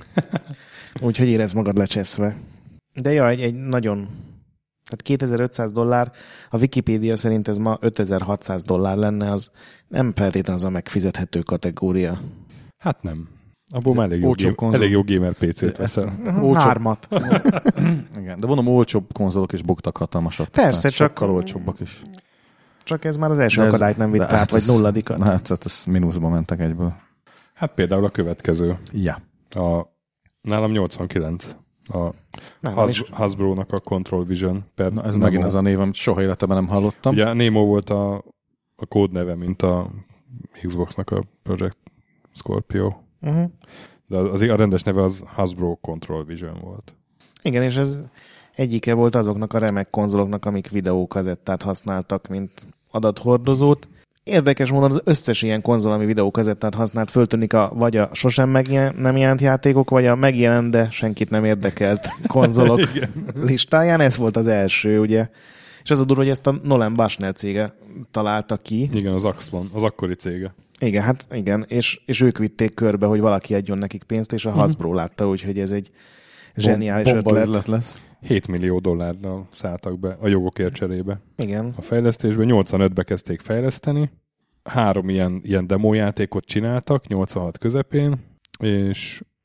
Úgyhogy érezd magad lecseszve. De ja, egy, egy nagyon... Tehát kétezer-ötszáz dollár, a Wikipédia szerint ez ma ötezer-hatszáz dollár lenne, az nem feltétlenül az a megfizethető kategória. Hát nem. Abból már elég jó, game, elég jó gamer pé cét veszel. Hármat. Igen, de mondom, olcsóbb konzolok is buktak hatalmasat. Persze, csak... Sokkal olcsóbbak is. Csak ez már az első akadályt nem vitt át, vagy nulladikat. Hát, hát ez mínuszba mentek egyből. Hát például a következő. Ja. A, nálam nyolcvankilenc. A Has, Hasbro-nak a Control Vision per Na, ez Nemo. Megint az a név, amit soha életemben nem hallottam. Ugye Nemo volt a, a kódneve, mint a Xbox-nak a Project Scorpio. Uh-huh. De az, a rendes neve az Hasbro Control Vision volt. Igen, és ez egyike volt azoknak a remek konzoloknak, amik videókazettát használtak, mint adathordozót. Érdekes módon az összes ilyen konzol, ami videókazettát használt, föltűnik a, vagy a sosem megjel, nem jelent játékok, vagy a megjelent, de senkit nem érdekelt konzolok listáján. Ez volt az első, ugye. És az a durva, hogy ezt a Nolan Bushnell cége találta ki. Igen, az Axlon, az akkori cége. Igen, hát igen, és, és ők vitték körbe, hogy valaki adjon nekik pénzt, és a Hasbro látta, úgyhogy ez egy zseniális Bomba ötlet. ötlet lesz. hét millió dollárnal szálltak be a jogokért cserébe. Igen. A fejlesztésben nyolcvanötbe kezdték fejleszteni. Három ilyen, ilyen demójátékot csináltak, nyolcvanhat közepén, és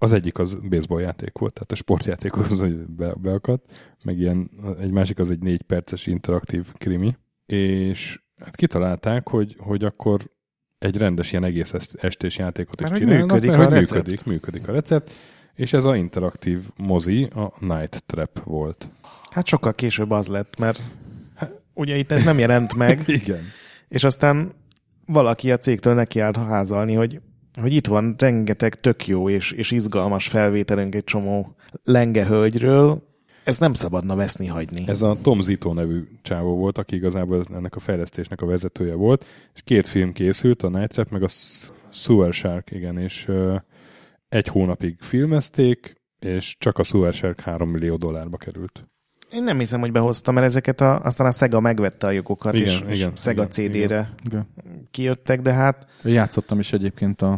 az egyik az baseball játék volt, tehát a sportjátékhoz be, beakadt, meg ilyen, egy másik az egy négy perces interaktív krimi, és hát kitalálták, hogy, hogy akkor egy rendes ilyen egész estés játékot is csinálnak, működik mert a hogy recept. működik, működik a recept, és ez a interaktív mozi, a Night Trap volt. Hát sokkal később az lett, mert ugye itt ez nem jelent meg, Igen. és aztán valaki a cégtől nekiállt házalni, hogy, hogy itt van rengeteg tök jó és, és izgalmas felvételünk egy csomó lengehölgyről, ez nem szabadna veszni hagyni. Ez a Tom Zito nevű csávó volt, aki igazából ennek a fejlesztésnek a vezetője volt, és két film készült, a Night Trap, meg a Sewer Shark, igen, és uh, egy hónapig filmezték, és csak a Sewer Shark három millió dollárba került. Én nem hiszem, hogy behoztam, mert ezeket a, aztán a Sega megvette a jogokat, igen, és, igen, és Sega igen, cé dére igen. kijöttek, de hát... Játszottam is egyébként a,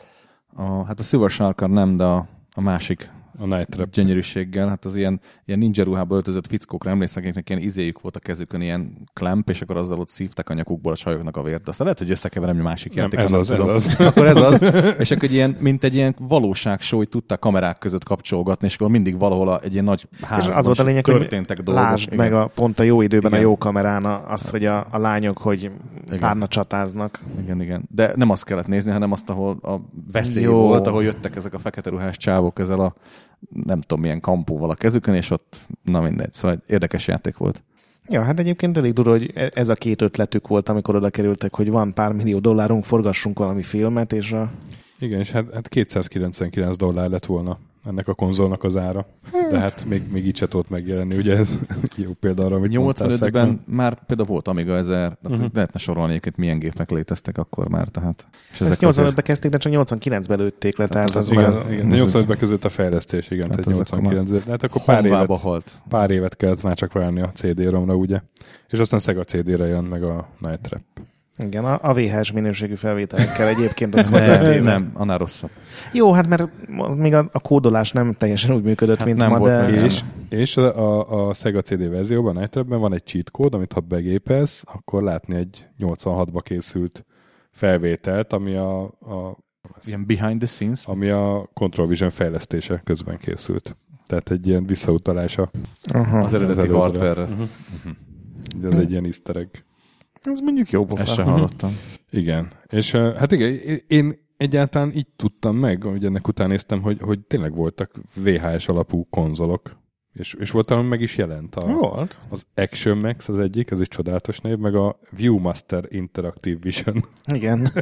a hát a Silver Shark-kal nem, de a, a másik a Night Trap gyönyörűséggel. Hát az ilyen, ilyen ninja ruhába öltözött fickókra emlékszem, akiknek ilyen izéjük volt a kezükön, ilyen klemp, és akkor azzal ott szívták a nyakukból a csajoknak a vért. Aztán lehet, hogy összekeverem a másik játék. Ez az, ez az. Akkor ez az. És akkor egy ilyen, mint egy ilyen valóságshow, hogy tudták kamerák között kapcsolgatni, és akkor mindig valahol a, egy ilyen nagy házban és az volt a lényeg, történtek hogy dolgok. lásd meg a, pont a jó időben igen. a jó kamerán azt, hogy a, a lányok, hogy párna csatáznak. Igen, igen. De nem azt kellett nézni, hanem azt, ahol a veszély jó. volt, ahol jöttek ezek a fekete ruhás csávok ezzel a nem tudom milyen kampóval a kezükön, és ott, na mindegy, szóval egy érdekes játék volt. Ja, hát egyébként elég durva, hogy ez a két ötletük volt, amikor oda kerültek, hogy van pár millió dollárunk, forgassunk valami filmet, és a... Igen, és hát, hát kétszázkilencvenkilenc dollár lett volna ennek a konzolnak az ára. Hát. De hát még, még így se tudott megjelenni, ugye ez jó példa arra, amit nyolcvanötben már például volt Amiga ezer, uh-huh. lehetne sorolni egyébként milyen gépek léteztek akkor már, tehát... És ezt nyolcvanötben kezdték, de csak nyolcvankilencben lőtték le, tehát, tehát az, igen, az... Igen, nyolcvanötben között a fejlesztés, igen, hát tehát nyolcvankilencben. Hát akkor pár évet, halt. pár évet kellett már csak várni a cé dé-romra, ugye? És aztán Sega cé dére jön meg a Night Trap. Igen, a, a vé há es minőségű felvételekkel egyébként az hozzátéve. Nem, annál rosszabb. Jó, hát mert még a, a kódolás nem teljesen úgy működött, hát mint nem ma, volt de... meg, és, és a, a Sega cé dé verzióban, a Night Trapben van egy cheat kód, amit ha begépelsz, akkor látni egy nyolcvanhatba készült felvételt, ami a, a ilyen behind the scenes, ami a Control Vision fejlesztése közben készült. Tehát egy ilyen visszautalása Aha. az eredeti hardware-re. Uh-huh. Uh-huh. Ez egy ilyen easter egg. Ez mondjuk jó pofa. Ezt sem hallottam. Igen. És hát igen, én egyáltalán így tudtam meg, hogy ennek után néztem, hogy, hogy tényleg voltak vé há es alapú konzolok. És, és volt, ami meg is jelent. A, volt. Az Action Max az egyik, ez is csodálatos név, meg a Viewmaster Interactive Vision. Igen.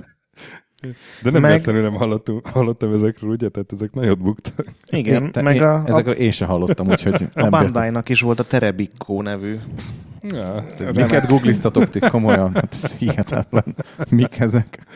De nem értelemül nem hallottam, hallottam ezekről, ugye? Tehát ezek nagyon buktak. Igen, Te, meg én, a... Ezekről én sem hallottam, úgyhogy... A Bandai-nak is volt a Terebikko nevű. Ja, miket googliztatok ti? Komolyan? Hát ez hihetetlen. Mik ezek?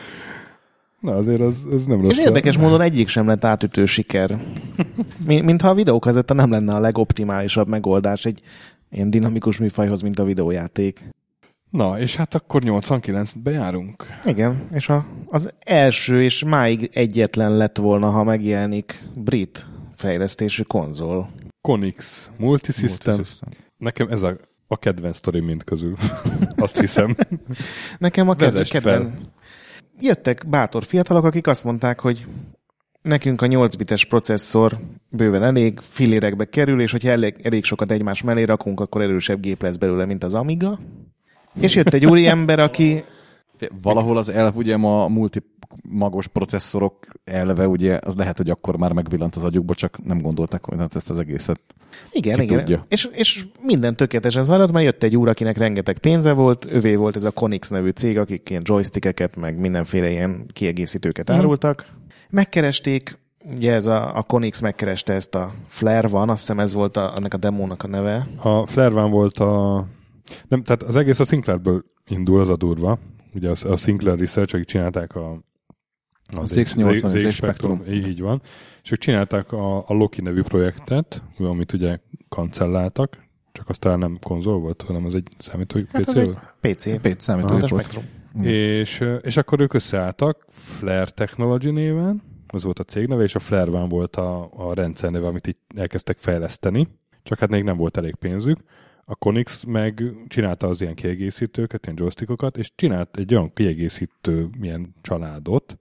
Na azért az, az nem rossz. És érdekes módon egyik sem lett átütő siker. Mintha a videókazetta nem lenne a legoptimálisabb megoldás egy ilyen dinamikus műfajhoz, mint a videójáték. Na, és hát akkor nyolcvankilencben járunk. Igen, és a, az első és máig egyetlen lett volna, ha megjelenik brit fejlesztésű konzol. Konix Multisystem. Multisystem. Nekem ez a, a kedvenc sztori mind közül. Azt hiszem. Nekem a kedvenc. Kedven... Jöttek bátor fiatalok, akik azt mondták, hogy nekünk a nyolc bites processzor bőven elég, fillérekbe kerül, és hogyha elég, elég sokat egymás mellé rakunk, akkor erősebb gép lesz belőle, mint az Amiga. És jött egy úri ember, aki... Valahol az elv, ugye ma a multimagos processzorok elve, ugye, az lehet, hogy akkor már megvillant az agyukba, csak nem gondoltak, hogy hát ezt az egészet igen, ki igen. tudja. És, és minden tökéletesen zajlott, mert jött egy úr, akinek rengeteg pénze volt, övé volt ez a Konix nevű cég, akik ilyen joystickeket, meg mindenféle ilyen kiegészítőket mm. árultak. Megkeresték, ugye ez a, a Konix megkereste ezt a Flare van, azt hiszem ez volt a, annak a demónak a neve. A Flare van volt a... Nem, tehát az egész a Sinclairből indul, az a durva. Ugye a, a Sinclair Research, akik csinálták a az X nyolcvan, az Spectrum. Így van. És ők csinálták a, a Loki nevű projektet, amit ugye kancelláltak, csak aztán nem konzol volt, hanem az egy számítógép hát pé cé volt. pé cé. pé cé számítógép volt. Spectrum. És, és akkor ők összeálltak Flare Technology néven, az volt a cégneve, és a Flare One volt a, a rendszerneve, amit így elkezdtek fejleszteni, csak hát még nem volt elég pénzük. A Konix meg csinálta az ilyen kiegészítőket, ilyen joystickokat, és csinált egy olyan kiegészítő milyen családot,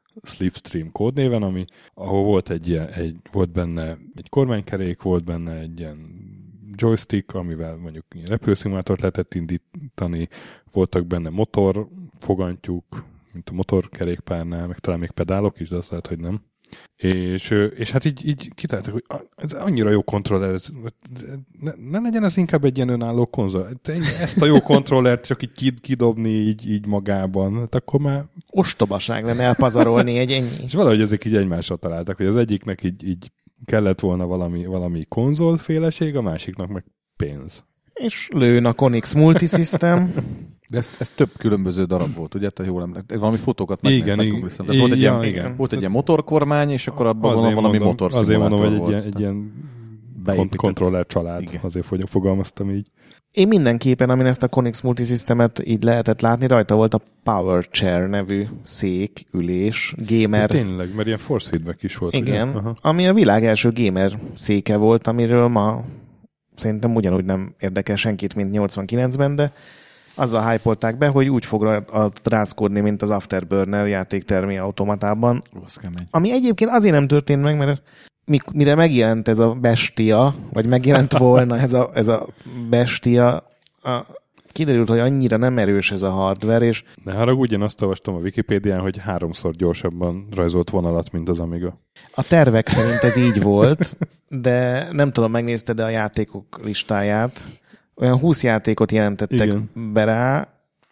Slipstream kódnéven, ami, ahol volt egy, ilyen, egy volt benne egy kormánykerék, volt benne egy ilyen joystick, amivel mondjuk repülőszimulátort lehetett indítani, voltak benne motorfogantyúk, mint a motorkerékpárnál, meg talán még pedálok is, de azt lehet, hogy nem. És, és hát így, így kitaláltak, hogy ez annyira jó kontroller, ez, ne, ne legyen ez inkább egy ilyen önálló konzol. Ezt a jó kontrollert csak így kidobni így, így magában. Hát akkor már... Ostobaság lenne elpazarolni egy ennyi. És valahogy ezek így egymásra találtak, hogy az egyiknek így, így kellett volna valami, valami konzolféleség, a másiknak meg pénz. És lőn a Konix Multisystem. De ez, ez több különböző darab volt, ugye? Te jól emlékszel. Valami fotókat meg, igen, meg, igen, meg volt, egy ja, ilyen, igen. volt egy ilyen motorkormány, és akkor abban van valami motorszimulátor. Azért mondom, hogy egy volt, ilyen, egy ilyen kont- kontroller család. Igen. Azért fogalmaztam így. Én mindenképpen, amin ezt a Konix Multisystemet így lehetett látni, rajta volt a Power Chair nevű szék, ülés, gamer. De tényleg, mert ilyen force feedback is volt. Igen, ami a világ első gamer széke volt, amiről ma szerintem ugyanúgy nem érdekel senkit, mint nyolcvankilencben, de azzal hype-olták be, hogy úgy fog rázkódni, mint az Afterburner játéktermi automatában. Ami egyébként azért nem történt meg, mert mire megjelent ez a bestia, vagy megjelent volna ez a, ez a bestia, a, kiderült, hogy annyira nem erős ez a hardware, és... Ne haragudj, én azt olvastam a Wikipédián, hogy háromszor gyorsabban rajzolt vonalat, mint az Amiga. A tervek szerint ez így volt, de nem tudom, megnézted a játékok listáját. Olyan húsz játékot jelentettek Igen. be rá,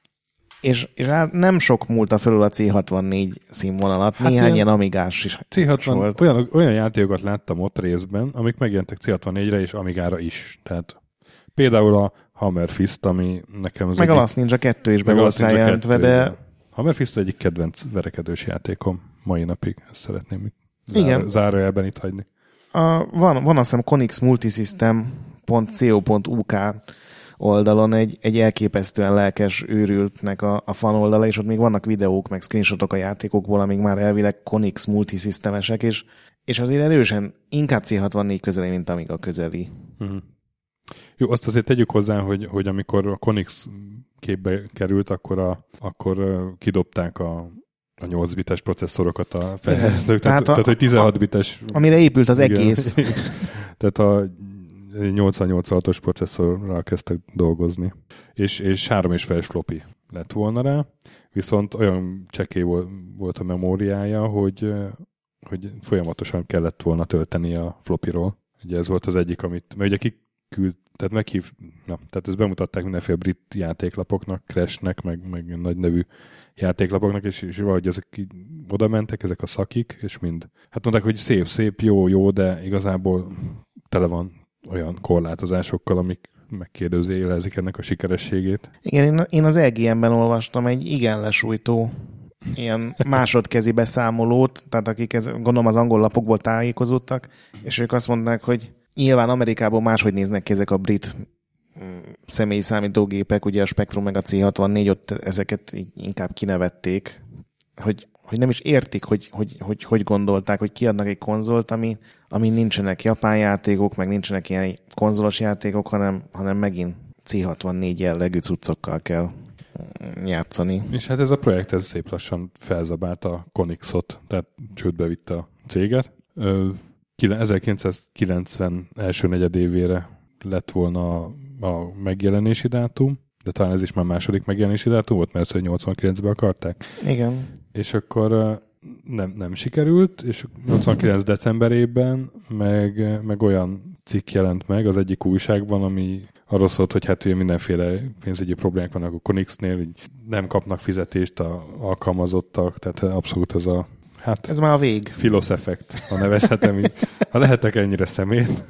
és, és hát nem sok múlta fölül a cé hatvannégy színvonalat. Hát néhány ilyen, ilyen amigás is cé hatvan, volt. Olyan, olyan játékokat láttam ott részben, amik megjelentek cé hatvannégyre és Amigára is. Tehát például a Hammer Fist, ami nekem az meg egyik... a Last Ninja kettő is be volt rá jelentve, de... Hammer Fist egyik kedvenc verekedős játékom mai napig. Ezt szeretném zár, zárójelben itt hagyni. A, van, van azt hiszem konix multisystem pont co pont uk oldalon egy, egy elképesztően lelkes őrültnek a, a fan oldala, és ott még vannak videók, meg screenshotok a játékokból, amik már elvileg Konix multisystemesek, és, és azért erősen inkább cé hatvannégy közeli, mint Amiga közeli. Uh-huh. Jó, azt azért tegyük hozzá, hogy, hogy amikor a Konix képbe került, akkor, a, akkor kidobták a, a nyolc bites processzorokat a fejlesztők, tehát, tehát, tehát hogy tizenhat bites... Amire épült az igen. egész. Tehát a nyolcvan nyolcvanhatos processzorral kezdtek dolgozni. És, és három és feles floppy lett volna rá, viszont olyan csekély volt a memóriája, hogy, hogy folyamatosan kellett volna tölteni a floppyról. Ugye ez volt az egyik, amit, mert ugye kiküld, tehát meghív, na, tehát ezt bemutatták mindenféle brit játéklapoknak, Crashnek, meg, meg nagy nevű játéklapoknak, és, és valahogy ezek így oda mentek, ezek a szakik, és mind. Hát mondták, hogy szép, szép, jó, jó, de igazából tele van olyan korlátozásokkal, amik megkérdőjelezik ennek a sikerességét. Igen, én, én az é gé em-ben olvastam egy igen lesújtó ilyen másodkezi beszámolót, tehát akik ez, gondolom az angol lapokból tájékozódtak, és ők azt mondták, hogy nyilván Amerikában máshogy néznek ki ezek a brit személyi számítógépek, ugye a Spectrum meg a cé hatvannégy, ott ezeket inkább kinevették, hogy hogy nem is értik, hogy hogy, hogy hogy gondolták, hogy kiadnak egy konzolt, ami, ami nincsenek japán játékok, meg nincsenek ilyen konzolos játékok, hanem, hanem megint cé hatvannégy jellegű cuccokkal kell játszani. És hát ez a projekt ez szép lassan felzabált a Konixot, tehát csődbe vitte a céget. ezerkilencszázkilencven első negyedévére lett volna a megjelenési dátum, de talán ez is már második megjelenési dátum volt, mert ezt nyolcvankilencben akarták. Igen. És akkor nem, nem sikerült, és nyolcvankilenc decemberében meg, meg olyan cikk jelent meg az egyik újságban, ami arról szólt, hogy hát ugye mindenféle pénzügyi problémák vannak a Konixnél, így nem kapnak fizetést a alkalmazottak, tehát abszolút ez a hát ez már a vég. Filosz effekt, ha nevezhetem így. Ha lehetek ennyire szemét.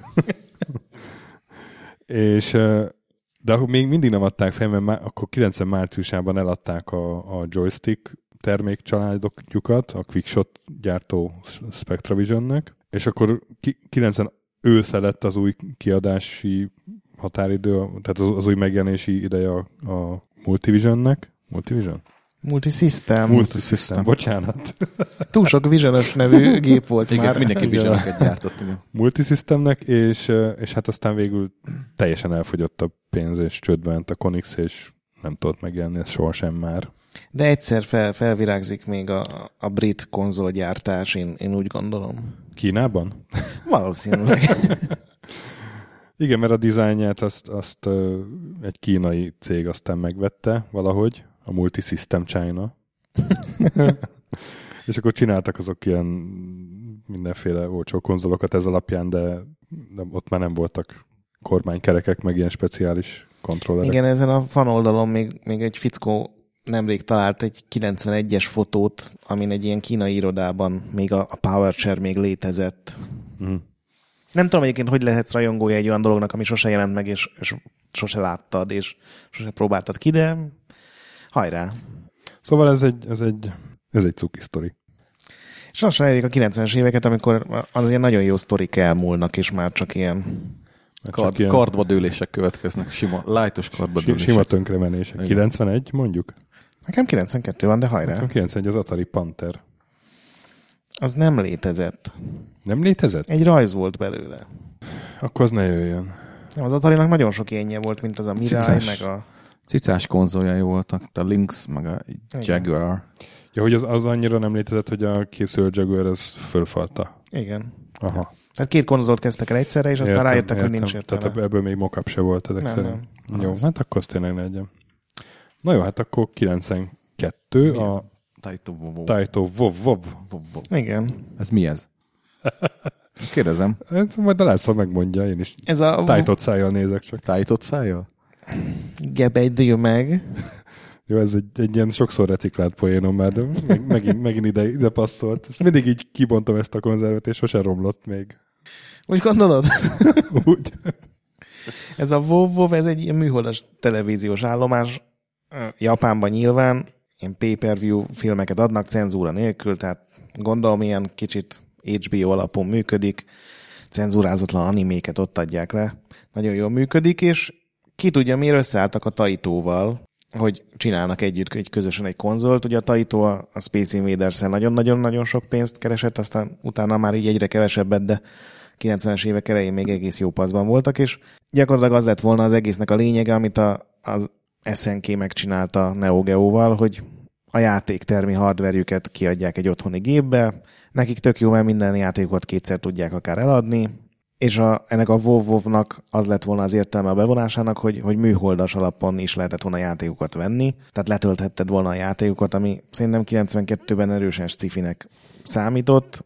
És de akkor még mindig nem adták fel, mert má, akkor kilencven márciusában eladták a, a joystick termékcsaládokjukat a Quickshot gyártó Spectravisionnek, és akkor kilencven ősze lett az új kiadási határidő, tehát az, az új megjelenési ideje a, a Multivisionnek. Multivision? Multisystem. Multisystem, bocsánat. Túl sok Vision-ös nevű gép volt igen, már. Mindenki Vision-öket gyártott. Igen. Multisystemnek, és, és hát aztán végül teljesen elfogyott a pénz, és csődbe ment a Konix, és nem tudott megjelenni ez sohasem már. De egyszer fel, felvirágzik még a, a brit konzolgyártás, én, én úgy gondolom. Kínában? Valószínűleg. Igen, mert a dizájnját azt, azt uh, egy kínai cég aztán megvette valahogy, a Multisystem China. És akkor csináltak azok ilyen mindenféle olcsó konzolokat ez alapján, de, de ott már nem voltak kormánykerekek, meg ilyen speciális kontrollerek. Igen, ezen a fan oldalon még, még egy fickó nemrég talált egy kilencvenegyes fotót, amin egy ilyen kínai irodában még a, a PowerShare még létezett. Mm. Nem tudom egyébként, hogy lehetsz rajongója egy olyan dolognak, ami sose jelent meg, és, és sose láttad, és sose próbáltad ki, de hajrá. Szóval ez egy, ez egy, ez egy cuki sztori. És lassan eljövik a kilencvenes éveket, amikor az ilyen nagyon jó sztorik elmúlnak, és már csak ilyen... Kard, csak ilyen... Kardba dőlések következnek, sima, lightos kardba dőlések. Sima tönkremenések. kilencvenegy mondjuk? Nekem kilencvenkettő van, de hajrá. Nekem kilencvenegy az Atari Panther. Az nem létezett. Nem létezett? Egy rajz volt belőle. Akkor az ne jöjjön. Nem, az Atarinak nagyon sok ilyenje volt, mint az a Mirai, Cicás. meg a... Cicás konzoljai voltak, a Lynx, meg a Jaguar. Igen. Ja, hogy az, az annyira nem létezett, hogy a készülő Jaguar az fölfalta. Igen. Aha. Tehát két konzolt kezdtek el egyszerre, és aztán értem, rájöttek, értem. hogy nincs értelme. Tehát ebből még mock-up se volt ezek nem, szerint. Nem. Jó, hát akkor azt tényleg ne legyen. Na jó, hát akkor kilencvenkettő mi a Taito Vov. Taito Vov Vov. Igen. Ez mi ez? Kérdezem. Hát, majd a László megmondja, én is ez a... tájtott szájjal nézek csak. Tájtott szájjal? Gebedjő meg. Jó, ez egy, egy ilyen sokszor reciklált poénom már, de meg, megint, megint ide, ide passzolt. Ezt mindig így kibontom ezt a konzervet, és sose romlott még. Úgy gondolod? Úgy. Ez a WoW, ez egy ilyen műholdas televíziós állomás. Japánban nyilván ilyen pay-per-view filmeket adnak cenzúra nélkül, tehát gondolom ilyen kicsit há bé o alapon működik, cenzúrázatlan animéket ott adják le. Nagyon jól működik, és ki tudja, miért összeálltak a Taitóval, hogy csinálnak együtt egy közösen egy konzolt. Ugye a Taito a Space Invaders-en nagyon-nagyon-nagyon sok pénzt keresett, aztán utána már így egyre kevesebbet, de kilencvenes évek elején még egész jó paszban voltak, és gyakorlatilag az lett volna az egésznek a lényege, amit a, az es en ká megcsinálta Neo Geo-val, hogy a játéktermi hardverjüket kiadják egy otthoni gépbe, nekik tök jó, mert minden játékot kétszer tudják akár eladni, és a, ennek a WoW-nak az lett volna az értelme a bevonásának, hogy, hogy műholdas alapon is lehetett volna játékokat venni, tehát letölthetted volna a játékokat, ami szerintem kilencvenkettőben erősen sci-finek számított.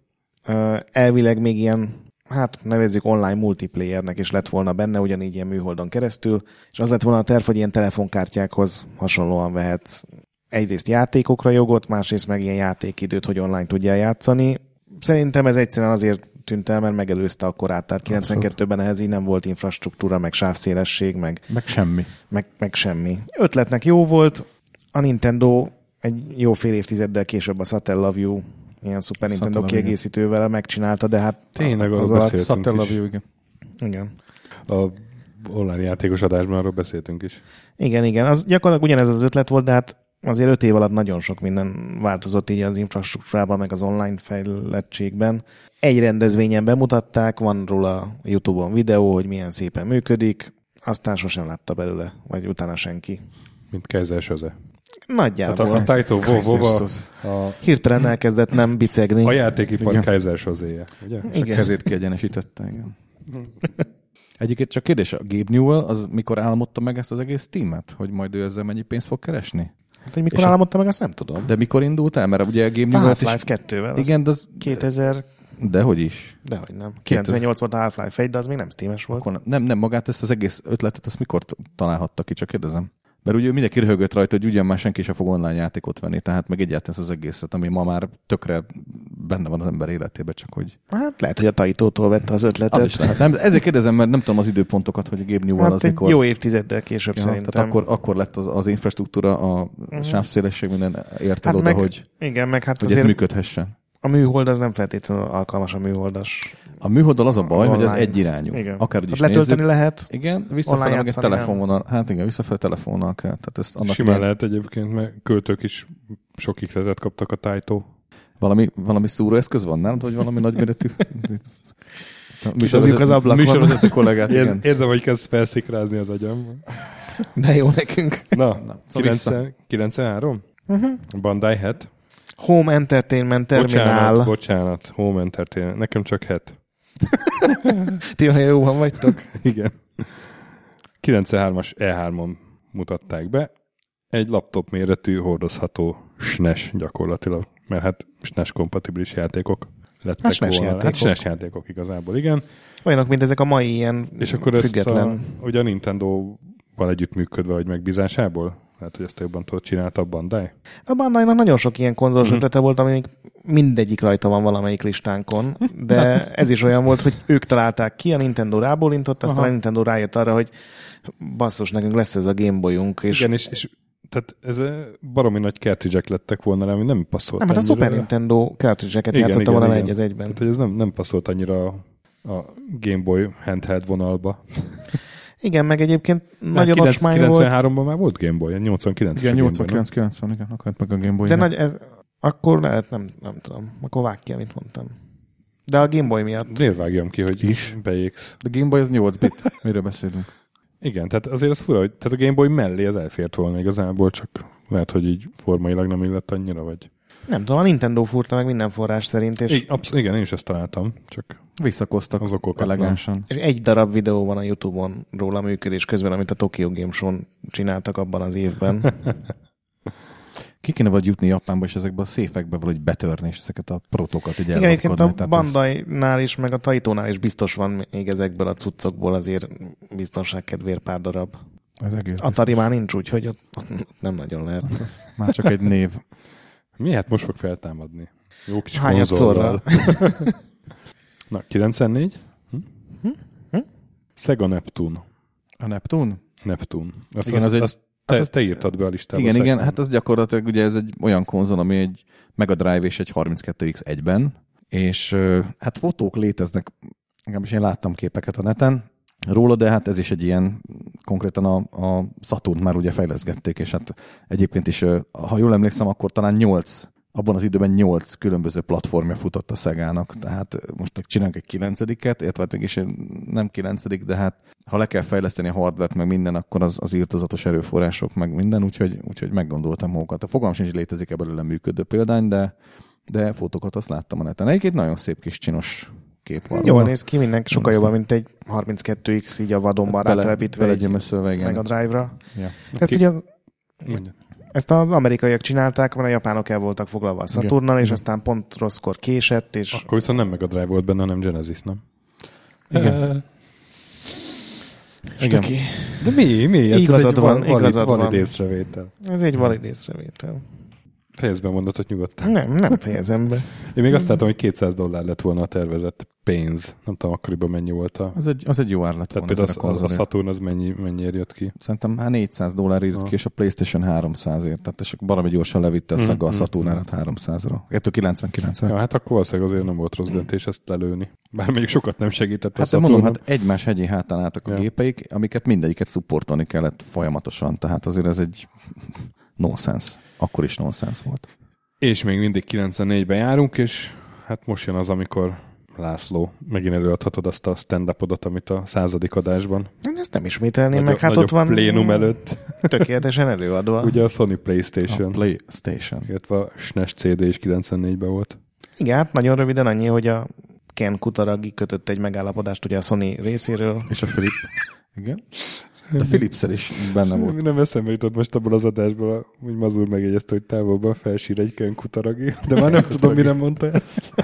Elvileg még ilyen, hát nevezzük online multiplayernek is lett volna benne, ugyanígy ilyen műholdon keresztül, és az lett volna a terv, hogy ilyen telefonkártyákhoz hasonlóan vehetsz egyrészt játékokra jogot, másrészt meg ilyen játékidőt, hogy online tudjál játszani. Szerintem ez egyszerűen azért tűnt el, mert megelőzte a korát, tehát kilencvenkettőben ehhez így nem volt infrastruktúra, meg sávszélesség, meg... Meg semmi. Meg, meg semmi. Ötletnek jó volt, a Nintendo egy jó fél évtizeddel később a Satellaview ilyen Super Nintendo kiegészítővel megcsinálta, de hát... Tényleg, arról beszéltünk Satellaview, igen. Igen. A online játékos adásban arról beszéltünk is. Igen, igen. Az gyakorlatilag ugyanez az ötlet volt, de hát azért öt év alatt nagyon sok minden változott így az infrastruktúrában, meg az online fejlettségben. Egy rendezvényen bemutatták, van róla YouTube-on videó, hogy milyen szépen működik, aztán sosem látta belőle, vagy utána senki. Mint Kaiser Soze. Nagyjából. Hát a, a Taito Vov a... hirtelen elkezdett nem bicegni. A játékipar Kaiser Sozéje, ugye? És a kezét kiegyenesítette, igen. Egyébként csak kérdés, a Gabe Newell az mikor álmodta meg ezt az egész tímet? Hogy majd ő ezzel mennyi pénzt fog keresni? Hát, hogy mikor álmodta meg, azt nem tudom. De mikor indult el? Mert ugye a Gabe Newell-t is... Half-Life kettővel. Igen, de az... kétezer... Dehogy is. Dehogy nem. kilencvennyolc volt a Half-Life egy, de az még nem Steam-es volt. Akkor nem, nem, magát ezt az egész ötletet, ezt mikor találhatta ki, csak kérdezem. Mert ugye mindenki röhögött rajta, hogy ugyan már senki sem fog online játékot venni, tehát meg egyáltalán ez az egészet, ami ma már tökre benne van az ember életében, csak hogy... Hát lehet, hogy a Taitótól vette az ötletet. Az is lehet. Nem, ezért kérdezem, mert nem tudom az időpontokat, hogy a Gabe Newell hát az mikor... jó évtizeddel később ja, szerintem. Tehát akkor, akkor lett az, az infrastruktúra, a uh-huh. sávszélesség minden ért el hát oda, meg, hogy, igen, meg hát hogy ez működhessen. A műhold az nem feltétlenül alkalmas a műholdas. A műholddal az a baj, az hogy ez egyirányú. Akár is letölteni nézzük. Lehet. Igen, visszafelé meg egy telefonnal. Hát igen, visszafelé telefonnal kell. Tehát ezt annak simán ilyen... lehet egyébként, mert költők is sok ikletet kaptak a Taito. Valami, valami szúróeszköz van, nem? Vagy valami nagyméretű... Műsorvezető, az ablakon. Műsorvezető kollégát, Érz, igen. Érzem, hogy kezd felszikrázni az agyam. De jó nekünk. Na, Na kilencven, kilencvenhárom? Uh-huh. Bandai het. Home Entertainment Terminál. Bocsánat, bocsánat. Home Entertainment. Nekem csak het. Ti olyan jóban vagytok. Igen. kilencvenhármas E hármon mutatták be. Egy laptop méretű, hordozható es en e es gyakorlatilag. Mert hát es en e es kompatibilis játékok lettek hát volna. Játékok. Hát es en e es játékok igazából, igen. Olyanok, mint ezek a mai ilyen és akkor független... ezt a, ugye a Nintendo-val együttműködve, vagy megbízásából? Hát, hogy ezt jobban tudod csinálta a Bandai? A Bandai-nak nagyon sok ilyen konzolos mm-hmm. ötlete volt, amik mindegyik rajta van valamelyik listánkon, de ez is olyan volt, hogy ők találták ki, a Nintendo rábólintott, aztán Aha. a Nintendo rájött arra, hogy basszus, nekünk lesz ez a Gameboyunk. És... Igen, és, és tehát ez baromi nagy cartridge-ek lettek volna rá, ami nem passzolt nem, hát a Super Nintendo cartridge-eket játszotta volna egy az egyben. Tehát, hogy ez nem, nem passzolt annyira a Game Boy handheld vonalba. Igen, meg egyébként Már nagyon ocsmány volt. kilencvenháromban már volt Game Boy, nyolcvankilenc Igen, nyolcvankilenc kilencven, igen, akart meg a Game Boy. De nagy, ez, akkor lehet, nem, nem tudom, akkor vág ki, amit mondtam. De a Game Boy miatt. Miért vágjam ki, hogy is beégsz? De Game Boy az nyolc bit, miről beszélünk? Igen, tehát azért az fura, hogy tehát a Game Boy mellé az elfért volna igazából, csak lehet, hogy így formailag nem illett annyira, vagy... Nem tudom, a Nintendo furta meg minden forrás szerint, és... I, absz- igen, én is ezt találtam, csak... Visszakoztak az okokat elegánsan. És egy darab videó van a YouTube-on róla működés közben, amit a Tokyo Game Show-n csináltak abban az évben. Ki kéne vagy jutni Japánba, és ezekbe a széfekbe valahogy betörni, és ezeket a protokat így igen, egyébként a Bandai-nál is, meg a Taitónál is biztos van még ezekből a cuccokból azért biztonság kedvéért pár darab. Ez egész Atari már nincs, úgyhogy ott, ott nem nagyon lehet. Már csak egy név. Mi? Hát most fog feltámadni. Jó kis konzollal. Na, kilencvennégy? Hm? Hm? Hm? Sega Neptune. A Neptune? Neptune. Azt, igen, azt, az egy, azt te, hát te írtad be a listába. Igen, igen, hát az gyakorlatilag ugye ez egy olyan konzol, ami egy Mega Drive és egy harminckettő X egyben, és hát fotók léteznek, legalábbis én láttam képeket a neten róla, de hát ez is egy ilyen, konkrétan a, a Saturn már ugye fejleszgették, és hát egyébként is, ha jól emlékszem, akkor talán nyolc abban az időben nyolc különböző platformja futott a Segának, tehát most csinálunk egy kilencediket, illetve is nem kilencedik, de hát ha le kell fejleszteni a hardware-t, meg minden, akkor az, az írtozatos erőforrások, meg minden, úgyhogy, úgyhogy meggondoltam magukat. A fogalmam sincs, létezik-e belőle működő példány, de, de fotókat azt láttam a neten. Egyébként nagyon szép kis csinos kép van. Jól néz ki, mindenki sokkal jobban, mint egy harminckettő X így a vadonban hát rátelepítve egy meg a Drive-ra. Ja. Ezt ugye az... Ezt az amerikaiak csinálták, mert a japánok el voltak foglalva a Saturnnal, és aztán pont rosszkor késett, és... Akkor viszont nem Mega Drive volt benne, hanem Genesis, nem? Igen. Uh, igen. De mi? mi? Igazad van, valid, igazad valid van. észrevétel. Ez egy valid észrevétel. Fejezd be a mondatot nyugodtan. Nem, nem fejezem be. Én még azt láttam, hogy kétszáz dollár lett volna a tervezett pénz. Nem tudom, akkoriban mennyi volt a... Az egy, az egy jó ár lett volna. Tehát például az, az a Saturn az mennyi, mennyiért jött ki? Szerintem hát négyszáz dollár jött ki, és a PlayStation háromszázért. Tehát és baromi gyorsan levitte a Sega mm, a Saturn árat mm. háromszázra. kettőszázkilencvenkilencre. Ja, hát akkor valószínűleg azért nem volt rossz döntés ezt lelőni. Bár még sokat nem segített hát a Saturn. Mondom, hát egymás hegyén hátán álltak ja. a gépeik, amiket mindegyiket szupportolni kellett folyamatosan. Tehát azért ez egy nonsens. Akkor is nonsens volt. És még mindig kilencvennégyben járunk, és hát most jön az, amikor László, megint előadhatod azt a stand-upodat, amit a századik adásban. Ezt nem ismételném meg, hát ott van plénum előtt. Tökéletesen előadva. Ugye a Sony PlayStation. A PlayStation. Illetve a es en e es cé dé is kilencvennégyben volt. Igen, hát nagyon röviden annyi, hogy a Ken Kutaragi kötött egy megállapodást ugye a Sony részéről. És a Philip. Igen. De Philips-el is benne volt. Nem eszembe jutott most abból az adásból, hogy Mazur megjegyezte, hogy távolban felsír egy Ken Kutaragi, de már nem tudom, mire mondta ezt.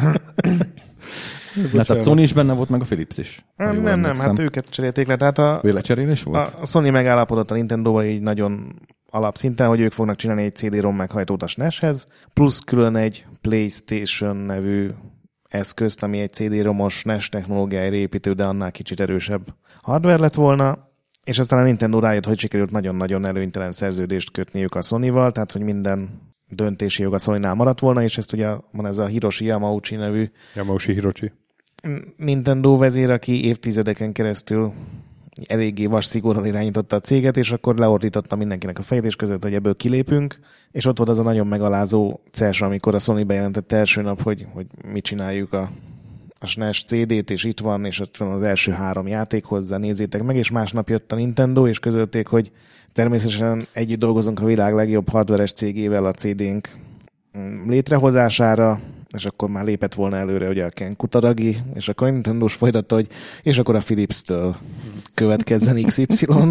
Na, tehát Sony is benne volt, meg a Philips is. Nem, nem, nem, hát őket cserélték le. Tehát a, Vélecserélés volt? A Sony megállapodott a Nintendo-val így nagyon alapszinten, hogy ők fognak csinálni egy cé dé-rom meghajtót a es en e es-hez, plusz külön egy PlayStation nevű eszközt, ami egy cé dé-romos es en e es technológiájára építő, de annál kicsit erősebb hardware lett volna, és aztán a Nintendo rájött, hogy sikerült nagyon-nagyon előnytelen szerződést kötniük a Sony-val, tehát hogy minden döntési jog a Sony-nál maradt volna, és ezt ugye van ez a Hiroshi Yamauchi nevű Yamauchi Hiroshi Nintendo vezér, aki évtizedeken keresztül eléggé vas szigorral irányította a céget, és akkor leordította mindenkinek a fejlés között, hogy ebből kilépünk, és ott volt az a nagyon megalázó ces, amikor a Sony bejelentett első nap, hogy, hogy mit csináljuk a a es en e es cé dét, és itt van, és ott van az első három játék hozzá, nézzétek meg, és másnap jött a Nintendo, és közölték, hogy természetesen együtt dolgozunk a világ legjobb hardveres cégével a cé dénk létrehozására, és akkor már lépett volna előre ugye a Ken Kutaragi, és akkor a Nintendo-s folytatta, hogy és akkor a Philips-től következzen iksz ipszilon.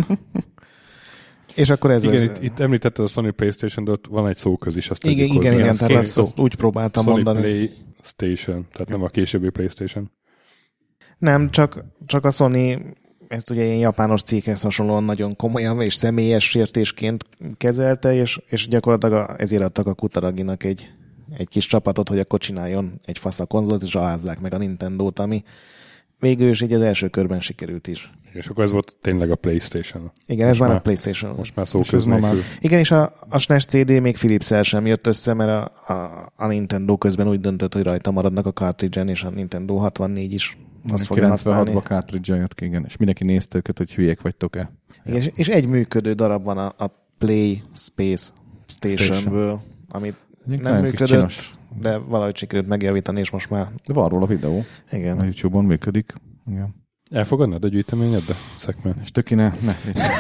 És akkor ez igen, az... itt, itt említetted a Sony PlayStation, de ott van egy szóköz is. Azt igen, igen, igen, tehát azt, azt úgy próbáltam Sony mondani. PlayStation, tehát nem a későbbi PlayStation. Nem, csak, csak a Sony ezt ugye ilyen japános céghez hasonlóan nagyon komolyan és személyes sértésként kezelte, és, és gyakorlatilag ezért adtak a Kutaraginak egy, egy kis csapatot, hogy akkor csináljon egy fasz a konzolt, és alázzák meg a Nintendót, ami végül is így az első körben sikerült is. És akkor ez volt tényleg a PlayStation. Igen, most ez már a PlayStation. Most már szóköz nélkül. Igen, és a, a es en e es cé dé még Philips-el sem jött össze, mert a, a, a Nintendo közben úgy döntött, hogy rajta maradnak a cartridge-en, és a Nintendo hatvannégy is azt fogja használni. kilencvenhatban cartridge-en jött ki, igen, és mindenki nézte őket, hogy hülyék vagytok-e. Igen, és, és egy működő darab van a, a Play Space Station-ből, amit Egyik nem működött, csinos. De valahogy sikerült megjavítani, és most már... De van róla videó. Igen. A YouTube-on működik. Igen. Elfogadnád a gyűjteményedbe, Szekmen? És töki ne. ne.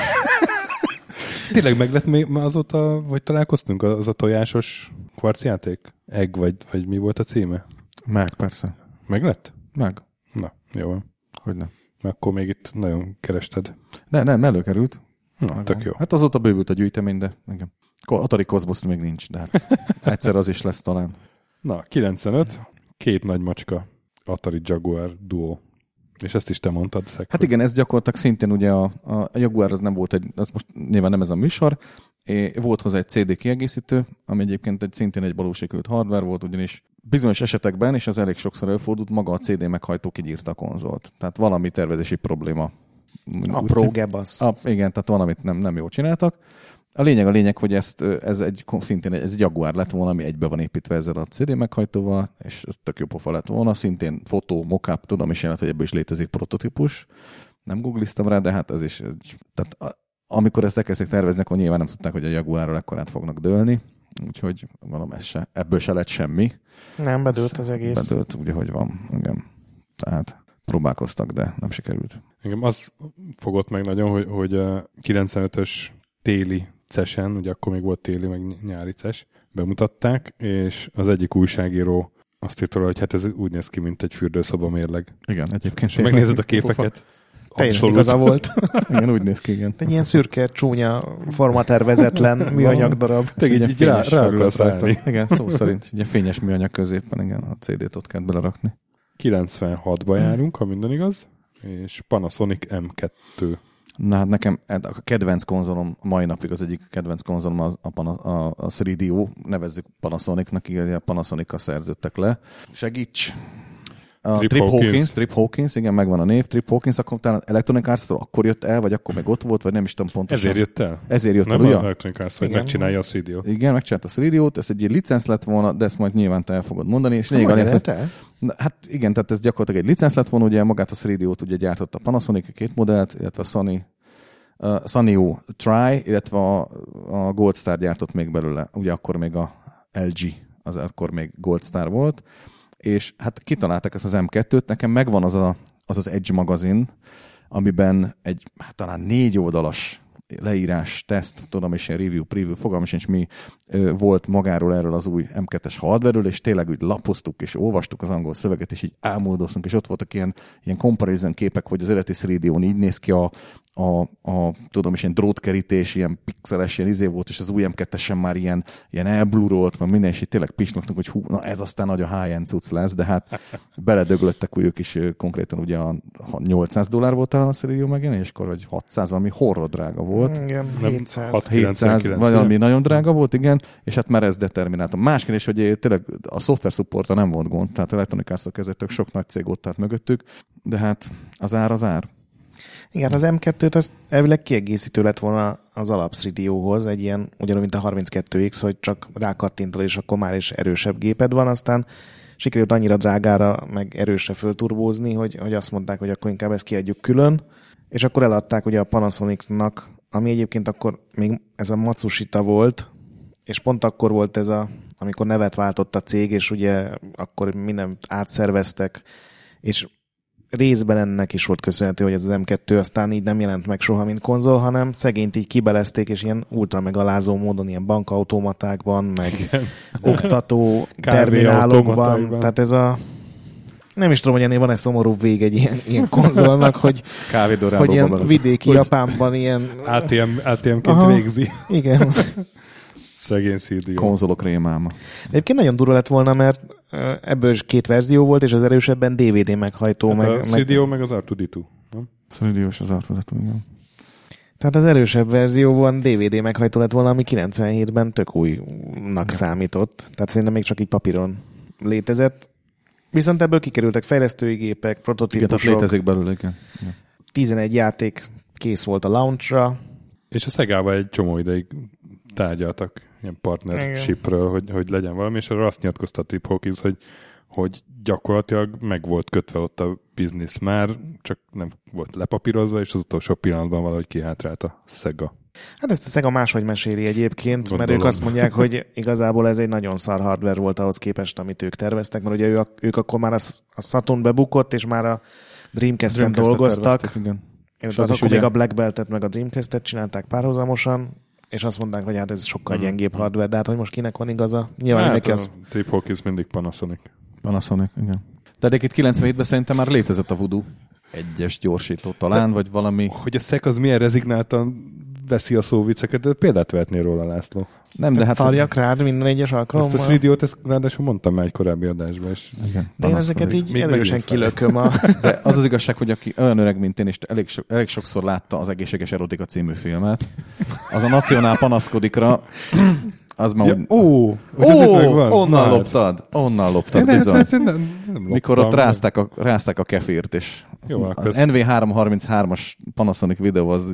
Tényleg meg lett még azóta, vagy találkoztunk, az a tojásos kvarcjáték? Egg, vagy, vagy mi volt a címe? Meg, persze. Meg lett? Meg. Na, jó van. Hogyne. Mert akkor még itt nagyon kerested. Ne, nem, előkerült. Na, tök jó. Hát azóta bővült a gyűjtemény, de igen. Atari Cosmos még nincs, de hát egyszer az is lesz talán. Na, kilencvenöt, két nagy macska, Atari Jaguar Duo. És ezt is te mondtad, Szek. Hát igen, ez gyakorlatilag szintén ugye a, a Jaguar az nem volt egy, az most nyilván nem ez a műsor, é, volt hozzá egy cé dé kiegészítő, ami egyébként egy, szintén egy valóségült hardware volt, ugyanis bizonyos esetekben, és az elég sokszor előfordult, maga a cé dé meghajtó kigyírta a konzolt. Tehát valami tervezési probléma. Apró gebasz. A, igen, tehát valamit nem, nem jól csináltak. A lényeg a lényeg, hogy ezt, ez egy szintén ez egy Jaguar lett volna, ami egybe van építve ezzel a cé dé meghajtóval, és ez tök jó pofa lett volna. Szintén fotó, mockup, tudom is jelent, hogy ebből is létezik prototípus. Nem googliztam rá, de hát ez is... Tehát a, amikor ezt elkezdték tervezni, akkor nyilván nem tudták, hogy a Jaguarról ekkorát fognak dőlni. Úgyhogy mondom, ez se, ebből se lett semmi. Nem, bedőlt az egész. Bedőlt, ugye, hogy van. Igen. Tehát próbálkoztak, de nem sikerült. Engem az fogott meg nagyon, hogy, hogy a kilencvenötös téli cesen, ugye akkor még volt téli, meg nyári ces, bemutatták, és az egyik újságíró azt írta, hogy hát ez úgy néz ki, mint egy fürdőszoba mérleg. Igen, egyébként. És megnézed a képeket. Teljesen igaza volt. Igen, úgy néz ki, igen. Egy ilyen szürke, csúnya, formatervezetlen műanyag darab. Te így, így rá, rá igen, szó szerint. Egy fényes műanyag középen, igen, a cé dét ott kell belerakni. kilencvenhatba járunk, ha minden igaz, és Panasonic em kettő. Na hát nekem a kedvenc konzolom, a mai napig az egyik kedvenc konzolom a, a, a, a három dé o, nevezzük Panasonicnak, igen, a Panasonic-kal szerződtek le. Segíts! A Trip, Trip Hawkins. Hawkins, Trip Hawkins, igen, megvan a név. Trip Hawkins, akkor talán Electronic Arts-tól akkor jött el, vagy akkor meg ott volt, vagy nem is tudom pontosan. Ezért jött el? Ezért jött nem el, ugye? Electronic Arts, hogy megcsinálja a három dé o. Igen, megcsinálta a három dé o-t, ez egy licenc lett volna, de ezt majd nyilván te el fogod mondani. És lényeg, lényeg, hogy... Na, hát igen, tehát ez gyakorlatilag egy licenc lett volna, ugye magát a három dé o-t ugye gyártotta a Panasonic, két modellt, illetve a Sony Uh, Sanyo Tri, illetve a, a Gold Star gyártott még belőle. Ugye akkor még a el gé, az akkor még Gold Star volt. És hát kitalálták ezt az em kettőt. Nekem megvan az a, az, az Edge magazin, amiben egy hát talán négy oldalas leírás, teszt, tudom is, ilyen review, preview, fogalmam sincs mi volt magáról erről az új em kettes hardware-ről, és tényleg úgy lapoztuk, és olvastuk az angol szöveget, és így álmodoztunk, és ott voltak ilyen, ilyen comparison képek, hogy az eredeti három dé o-n így néz ki a, a, a tudom is, ilyen drótkerítés, ilyen pixeles, ilyen izé volt, és az új em kettesen már ilyen, ilyen elblurolt, meg minden, és így tényleg pisnoktunk, hogy hú, na ez aztán nagy a high-end cucc lesz, de hát beledöglöttek, hogy ők is konkrétan ugye a nyolcszáz dollár volt talán a három dé o megjelenéskor, vagy hatszáz, ami horror drága volt. Igen, hétszáz. hétszáz, vagy valami nagyon drága volt, igen, és hát már ez determináltam. Más kérdés, hogy tényleg a szoftver supporta nem volt gond, tehát Electronic Arts-tól kezdettük, sok nagy cég ott állt mögöttük, de hát az ár az ár. Igen, az em kettőt az elvileg kiegészítő lett volna az alap három dé o-hoz, egy ilyen, ugyanúgy, mint a harminckettő iksz, hogy csak rákattintol, és akkor már is erősebb géped van, aztán sikerült annyira drágára, meg erősre fölturbózni, hogy, hogy azt mondták, hogy akkor inkább ezt kiadjuk külön, és akkor eladták ugye a Panasonicnak, ami egyébként akkor még ez a Matsushita volt, és pont akkor volt ez a, amikor nevet váltott a cég, és ugye akkor mindent átszerveztek, és részben ennek is volt köszönhető, hogy ez az em kettő aztán így nem jelent meg soha, mint konzol, hanem szegényt így kibelezték, és ilyen ultra megalázó módon ilyen bankautomatákban, meg igen. oktató terminálokban. Tehát ez a... Nem is tudom, hogy ennél van-e szomorúbb vég egy ilyen, ilyen konzolnak, hogy, hogy ilyen vidéki hogy Japánban ilyen... á té em-ként végzi. Igen. Szegény cé dé o. Konzolok rémáma. Egyébként nagyon durva lett volna, mert ebből is két verzió volt, és az erősebben dé vé dé meghajtó. Hát meg, a cé dé o meg az er kettő dé kettő. cé dé o-s az er kettő dé kettő, igen. Tehát az erősebb verzióban dé vé dé meghajtó lett volna, ami kilencvenhétben tök újnak számított. Tehát szerintem még csak így papíron létezett. Viszont ebből kikerültek fejlesztői gépek, prototípusok. Igen, létezik belőle, igen. tizenegy játék kész volt a launchra. És a Szegával egy csomó ideig tárgyaltak ilyen partnershipről, hogy, hogy legyen valami, és arra azt nyilatkozta a Trip Hawkins, hogy, hogy gyakorlatilag meg volt kötve ott a biznisz már, csak nem volt lepapírozva, és az utolsó pillanatban valahogy kihátrált a Sega. Hát ezt a Sega máshogy meséli egyébként, Gondolom. mert ők azt mondják, hogy igazából ez egy nagyon szar hardware volt ahhoz képest, amit ők terveztek, mert ugye ők, ők akkor már a, a Saturn bebukott, és már a Dreamcast-en dolgoztak. Igen. És az, az akkor még a Black Belt-et meg a Dreamcast-et csinálták párhuzamosan, és azt mondták, hogy hát ez sokkal hmm. gyengébb hardware, de hát hogy most kinek van igaza? Nyilván hát neki az... Trip Hawkins mindig Panasonic. Panasonic, igen. De itt kilencvenhétben szerintem már létezett a Voodoo egyes gyorsító talán, de, vagy valami... Hogy a Szek az milyen rezignáltan veszi a szóvicceket, de példát vehetnél róla, László. Nem, de hát... Farjak rád minden egyes alkalommal. Ezt a cé dé o-t ezt ráadásul mondtam már egy korábbi adásban is. Igen, de én ezeket így még erősen kilököm. A... De az az igazság, hogy aki olyan öreg, mint én, és elég, so, elég sokszor látta az Egészséges Erotika című filmet, az a Nacionál panaszkodikra, az már ja, úgy... Ó, ó onnan loptad, onnan loptad, bizony. Nem, nem, nem Mikor ott rázták a, rázták a kefírt, és jó, az en vé háromszázharminchármas Panasonic videó az...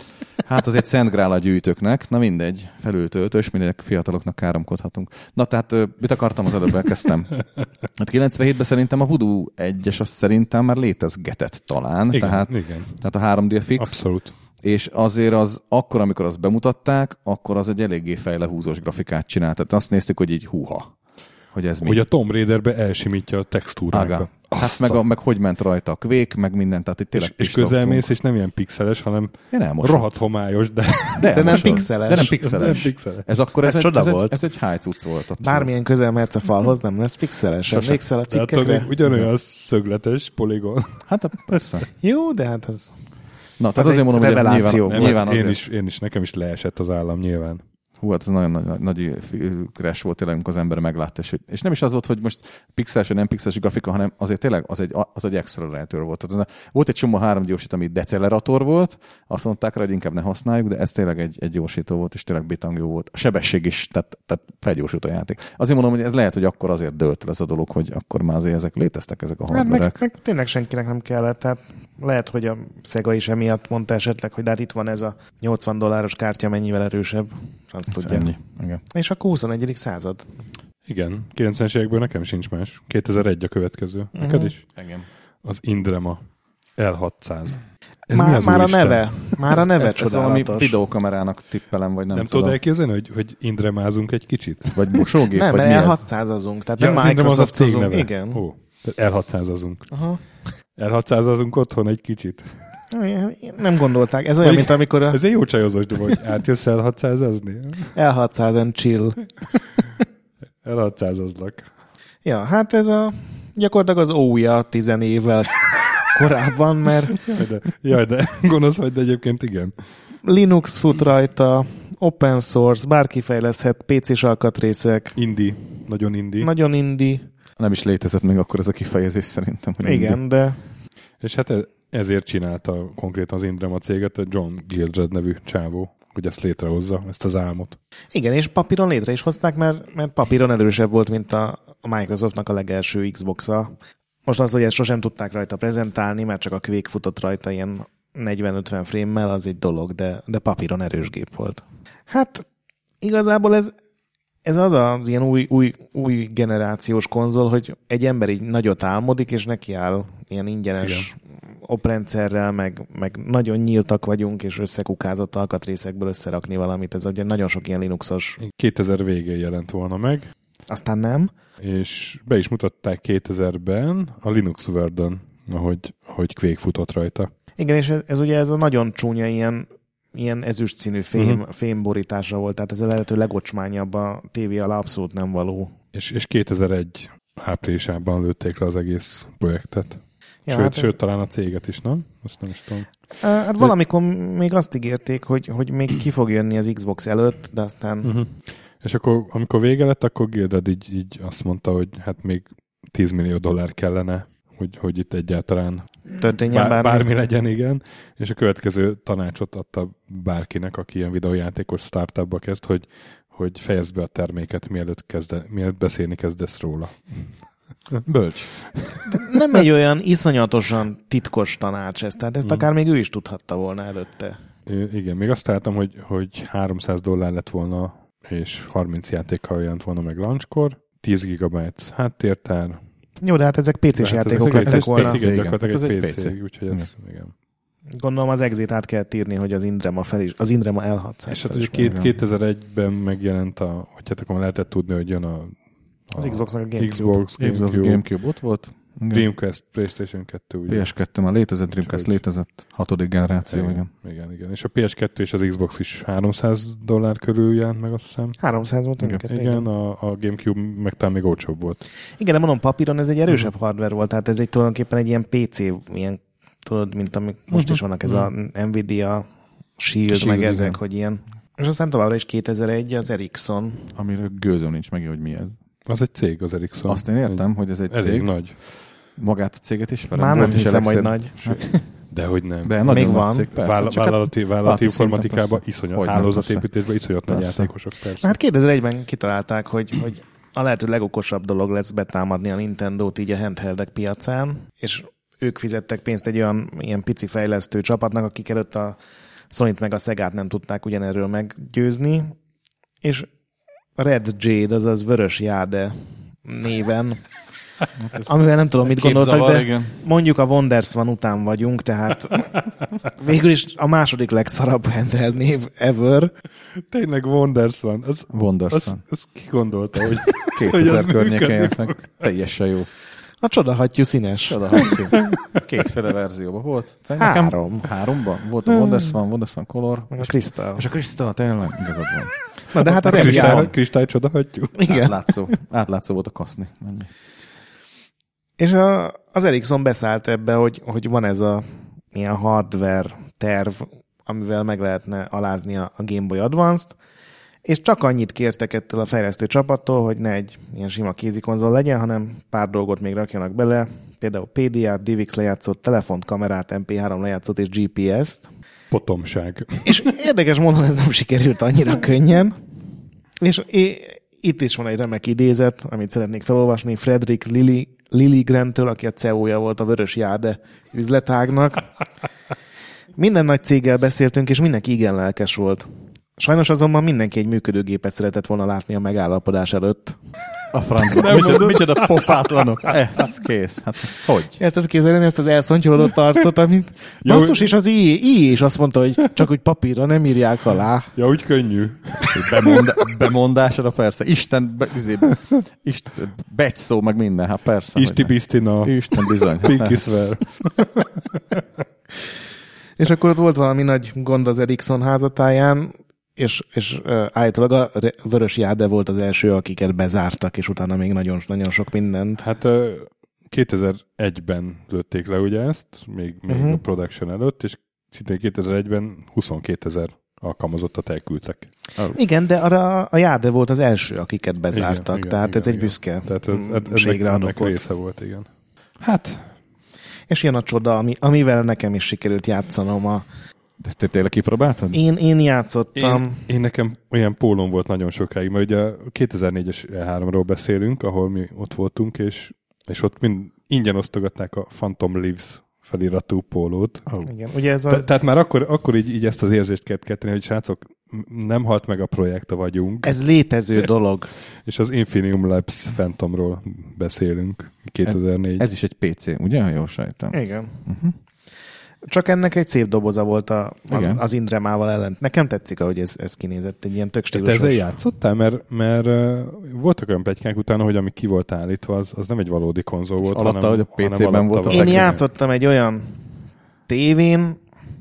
Hát az egy szent grál a gyűjtőknek, na mindegy, felültöltős, mindegy, fiataloknak káromkodhatunk. Na tehát, mit akartam, az előbb elkezdtem. Hát kilencvenhétben szerintem a Voodoo egyes, az szerintem már létezgetett talán. Igen, tehát, igen. Tehát a három dé fix. Abszolút. És azért az, akkor, amikor azt bemutatták, akkor az egy eléggé fejlehúzós grafikát csinált. Tehát azt néztük, hogy így húha. Hogy ez mi? Hogy a Tomb Raiderbe elsimítja a textúrákat. Hát meg, a, meg hogy ment rajta a Quake, meg minden, tehát itt tényleg és, és közelmész, és nem ilyen pixeles, hanem rohadt homályos, de... De, de nem pixeles. De nem pixeles. Nem pixeles. Ez akkor ez, ez, egy, ez, egy, ez egy high cucc volt. Abszolút. Bármilyen közel mehetsz a falhoz, nem lesz pixeles. Emlékszel a cikkekre? Ugyanolyan szögletes poligon. Hát persze. Jó, de hát az... Na, tehát azért mondom, hogy ez nyilván, nem, nyilván hát én, is, én is, nekem is leesett az állam nyilván. Hú, hát ez nagyon nagy, nagy crash volt tényleg, amikor az ember meglátta. És, és nem is az volt, hogy most pixeles vagy nem pixeles grafika, hanem azért tényleg az egy, az egy accelerator volt. Tehát az, volt egy csomó három gyorsít, ami decelerator volt, azt mondták rá, hogy inkább ne használjuk, de ez tényleg egy, egy gyorsító volt, és tényleg bitang jó volt. A sebesség is, tehát, tehát felgyorsító játék. Azért mondom, hogy ez lehet, hogy akkor azért dőlt el ez a dolog, hogy akkor már azért ezek léteztek, ezek a hardverek. Hát meg, meg tényleg senkinek nem kellett, tehát lehet, hogy a Sega is emiatt mondta esetleg, hogy de hát itt van ez a nyolcvan dolláros kártya, mennyivel erősebb. Azt tudja. Ennyi. Igen. És akkor huszonegyedik század. Igen, kilencvenes évekből nekem sincs más. kétezer-egy a következő. Uh-huh. Neked is? Igen. Az Indrema el hatszáz. Ez már, már a neve. Már a neve ez, csodálatos. Ez valami videókamerának tippelem, vagy nem, nem tudom. tudod elképzelni, hogy, hogy Indremázunk egy kicsit? Vagy mosógép? Nem, vagy el hatszázazunk. Tehát ja, nem Microsoft-ozunk. Igen. Ó, el hatszázazunk. Aha. el hatszázazunk otthon egy kicsit. Nem gondolták. Ez olyan, vagy, mint amikor a... Ez egy jó csajozós dolog, hogy átjössz el hatszázazni. el hatszáz and chill. el hatszázazlak. Ja, hát ez a gyakorlatilag az ója tizen évvel korábban, mert... Jaj de, jaj, de gonosz vagy, de egyébként igen. Linux fut rajta, open source, bárki fejleszthet, pé cés alkatrészek. Indie, nagyon indie. Nagyon indie. Nem is létezett még akkor ez a kifejezés szerintem. Hogy igen, indie. De... És hát ezért csinálta konkrétan az Indrema céget a John Gildred nevű csávó, hogy ezt létrehozza, ezt az álmot. Igen, és papíron létre is hozták, mert, mert papíron erősebb volt, mint a, a Microsoftnak a legelső Xbox-a. Most az, hogy ezt sosem tudták rajta prezentálni, mert csak a Quake futott rajta ilyen negyven-ötven frame-mel, az egy dolog, de, de papíron erős gép volt. Hát igazából ez, ez az az ilyen új, új, új generációs konzol, hogy egy ember így nagyot álmodik, és neki áll ilyen ingyenes igen. oprendszerrel, meg, meg nagyon nyíltak vagyunk, és összekukázott alkatrészekből összerakni valamit. Ez ugye nagyon sok ilyen Linuxos. kétezer végén jelent volna meg. Aztán nem. És be is mutatták kétezerben a Linux World-on, ahogy, ahogy Quake futott rajta. Igen, és ez, ez ugye ez a nagyon csúnya ilyen, ilyen ezüst színű fém, uh-huh. fémborítása volt, tehát ez a lehető legocsmányabb, a tévé alá abszolút nem való. És, és kétezer-egy áprilisában lőtték le az egész projektet. Ja, sőt, hát sőt ez... talán a céget is, nem? Azt nem is tudom. Hát de... valamikor még azt ígérték, hogy, hogy még ki fog jönni az Xbox előtt, de aztán... Uh-huh. És akkor, amikor vége lett, akkor Gilded így, így azt mondta, hogy hát még tíz millió dollár kellene, hogy, hogy itt egyáltalán történjen bár, bármi. bármi legyen, igen. És a következő tanácsot adta bárkinek, aki ilyen videójátékos startupba kezd, hogy, hogy fejezd be a terméket, mielőtt, kezde, mielőtt beszélni kezdesz róla. Bölcs. De nem egy olyan iszonyatosan titkos tanács ez, tehát ezt akár még ő is tudhatta volna előtte. I- igen, még azt találtam, hogy, hogy háromszáz dollár lett volna, és harminc játékkal jelent volna meg launchkor, tíz gigabyte háttértár. Jó, de hát ezek pé cés hát játékok lettek volna. Igen, gyakorlatilag egy pé cé, úgyhogy ez, igen. Gondolom az exit át kell írni, hogy az Indrema, fel is, az Indrema el hatszáz. És hát ugye két, kétezer-egyben megjelent a, hogy hát akkor lehetett tudni, hogy jön a, a az Xbox-nak a Gamecube. Xbox, Gamecube. Xbox, Gamecube ott volt. Dreamcast, PlayStation kettő. Ugye? pé es kettő már létezett, Dreamcast létezett, hatodik generáció, igen. Igen, igen, igen. És a pé es kettő és az Xbox is háromszáz dollár körül jelent meg, azt hiszem. háromszáz volt. Igen, igen, igen. A, a Gamecube meg talán még olcsóbb volt. Igen, de mondom, papíron ez egy erősebb uh-huh. hardware volt, tehát ez egy tulajdonképpen egy ilyen pé cé, ilyen, tudod, mint amik most uh-huh. is vannak, ez uh-huh. a Nvidia Shield, Shield meg igen. ezek, hogy ilyen. És aztán továbbra is kétezer-egy az Ericsson. Amiről gőzöm nincs meg, hogy mi ez. Az egy cég, az Ericsson. Azt én értem, egy, hogy ez egy elég cég. nagy. Magát a céget ismerem. Már nem hiszem, hogy nagy. Dehogy nem. De nagyon még van. Cég, persze. Vállal, vállalati vállalati informatikában, iszonyat, hálózatépítésben iszonyat nagy játékosok, persze. Hát kétezer-egyben kitalálták, hogy, hogy a lehető legokosabb dolog lesz betámadni a Nintendót így a handheldek piacán, és ők fizettek pénzt egy olyan ilyen pici fejlesztő csapatnak, akik előtt a Sony-t meg a Segát nem tudták ugyanerről meggyőzni, és Red Jade, azaz Vörös Jáde néven, amivel nem tudom, mit gondoltak, de igen. Mondjuk a Wonderswan után vagyunk, tehát végül is a második legszarabb handheld név ever. Tényleg Wonderswan. Az, Wonderswan. Az, az ki gondolta, hogy kétezer környéken teljesen jó. A csodahattyú színes. Csodahattyú. Kétféle verzióban volt. Három. Nekem háromban? Volt a Wonderswan, Wonderswan Color. Meg a Crystal. És a Crystal, tényleg igazad van. Na de hát a, a kristály, kristály csodahattyú. Igen. Átlátszó. Átlátszó volt a kaszni. És a, az Ericsson beszállt ebbe, hogy, hogy van ez a ilyen hardware terv, amivel meg lehetne alázni a, a Game Boy Advance-t, és csak annyit kértek ettől a fejlesztő csapattól, hogy ne egy ilyen sima kézikonzol legyen, hanem pár dolgot még rakjanak bele, például pé dé á-t, dé vé iksz lejátszót, telefont, kamerát, em pé három lejátszót és gé pé es-t. Potomság. És érdekes módon ez nem sikerült annyira könnyen, és é- itt is van egy remek idézet, amit szeretnék felolvasni, Frederick Lilly Lilligren-től, aki a cé e o-ja volt a Vörös Jáde üzletágnak. Minden nagy céggel beszéltünk, és mindenki igen lelkes volt. Sajnos azonban mindenki egy működőgépet szeretett volna látni a megállapodás előtt. A francban. Micsoda, micsoda pofátlanok. Ez kész. Hát hogy? El tudod képzelni ezt az elszontyolodott arcot, amit basszus is az i á is azt mondta, hogy csak úgy papírra nem írják alá. Ja, úgy könnyű. Bemond, bemondásra persze. Isten, be, izé, Isten becs szó, meg minden. Hát persze. Isti Pisztina. Isten bizony. Pinkisver. És akkor ott volt valami nagy gond az Ericsson házatáján, és, és uh, állítólag a Vörös Jáde volt az első, akiket bezártak, és utána még nagyon, nagyon sok mindent. Hát uh, kétezer-egyben lőtték le ugye ezt, még, még uh-huh. a production előtt, és szintén kétezer-egyben huszonkétezer alkalmazottat elküldtek. Igen, de arra a Jáde volt az első, akiket bezártak, igen, tehát igen, ez igen, egy büszke tehát ez, ez, ez ennek része volt, igen. Hát... És jön a csoda, ami, amivel nekem is sikerült játszanom a... De ezt te tényleg kipróbáltad? Én, én játszottam. Én, én nekem olyan pólom volt nagyon sokáig, mert ugye a kétezer-négyes E háromról beszélünk, ahol mi ott voltunk, és, és ott mind ingyen osztogatták a Phantom Lives feliratú pólót. Oh. Igen, ugye ez az... Te, tehát már akkor, akkor így, így ezt az érzést kellett ketteni, hogy srácok, nem halt meg a projekt, vagyunk. Ez létező dolog. És az Infinium Labs Phantomról beszélünk, kétezer-négy. Ez, ez is egy pé cé, ugye? Ha jól sejtem. Igen. Uh-huh. Csak ennek egy szép doboza volt a, az, az Indremával ellen. Nekem tetszik, ahogy ez, ez kinézett, egy ilyen tök stílusos. Te ezzel játszottál? Mert, mert uh, voltak olyan pletykák utána, hogy ami ki volt állítva, az, az nem egy valódi konzol volt, alatta, hanem, hogy a pé cében volt. Én játszottam egy olyan tévén,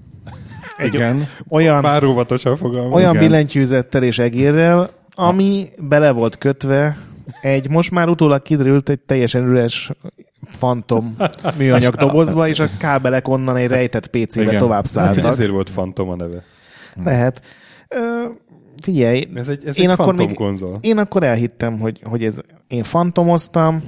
egy igen. olyan, bár óvatosan fogalmaz. Olyan billentyűzettel és egérrel, ami bele volt kötve egy, most már utólag kiderült, egy teljesen üres Phantom műanyag dobozba, és a kábelek onnan egy rejtett pé cébe tovább szálltak. Hát ezért volt Phantom a neve. Lehet. Ö, figyelj, ez egy, ez én, egy akkor még, konzol. én akkor elhittem, hogy, hogy ez, én Phantomoztam,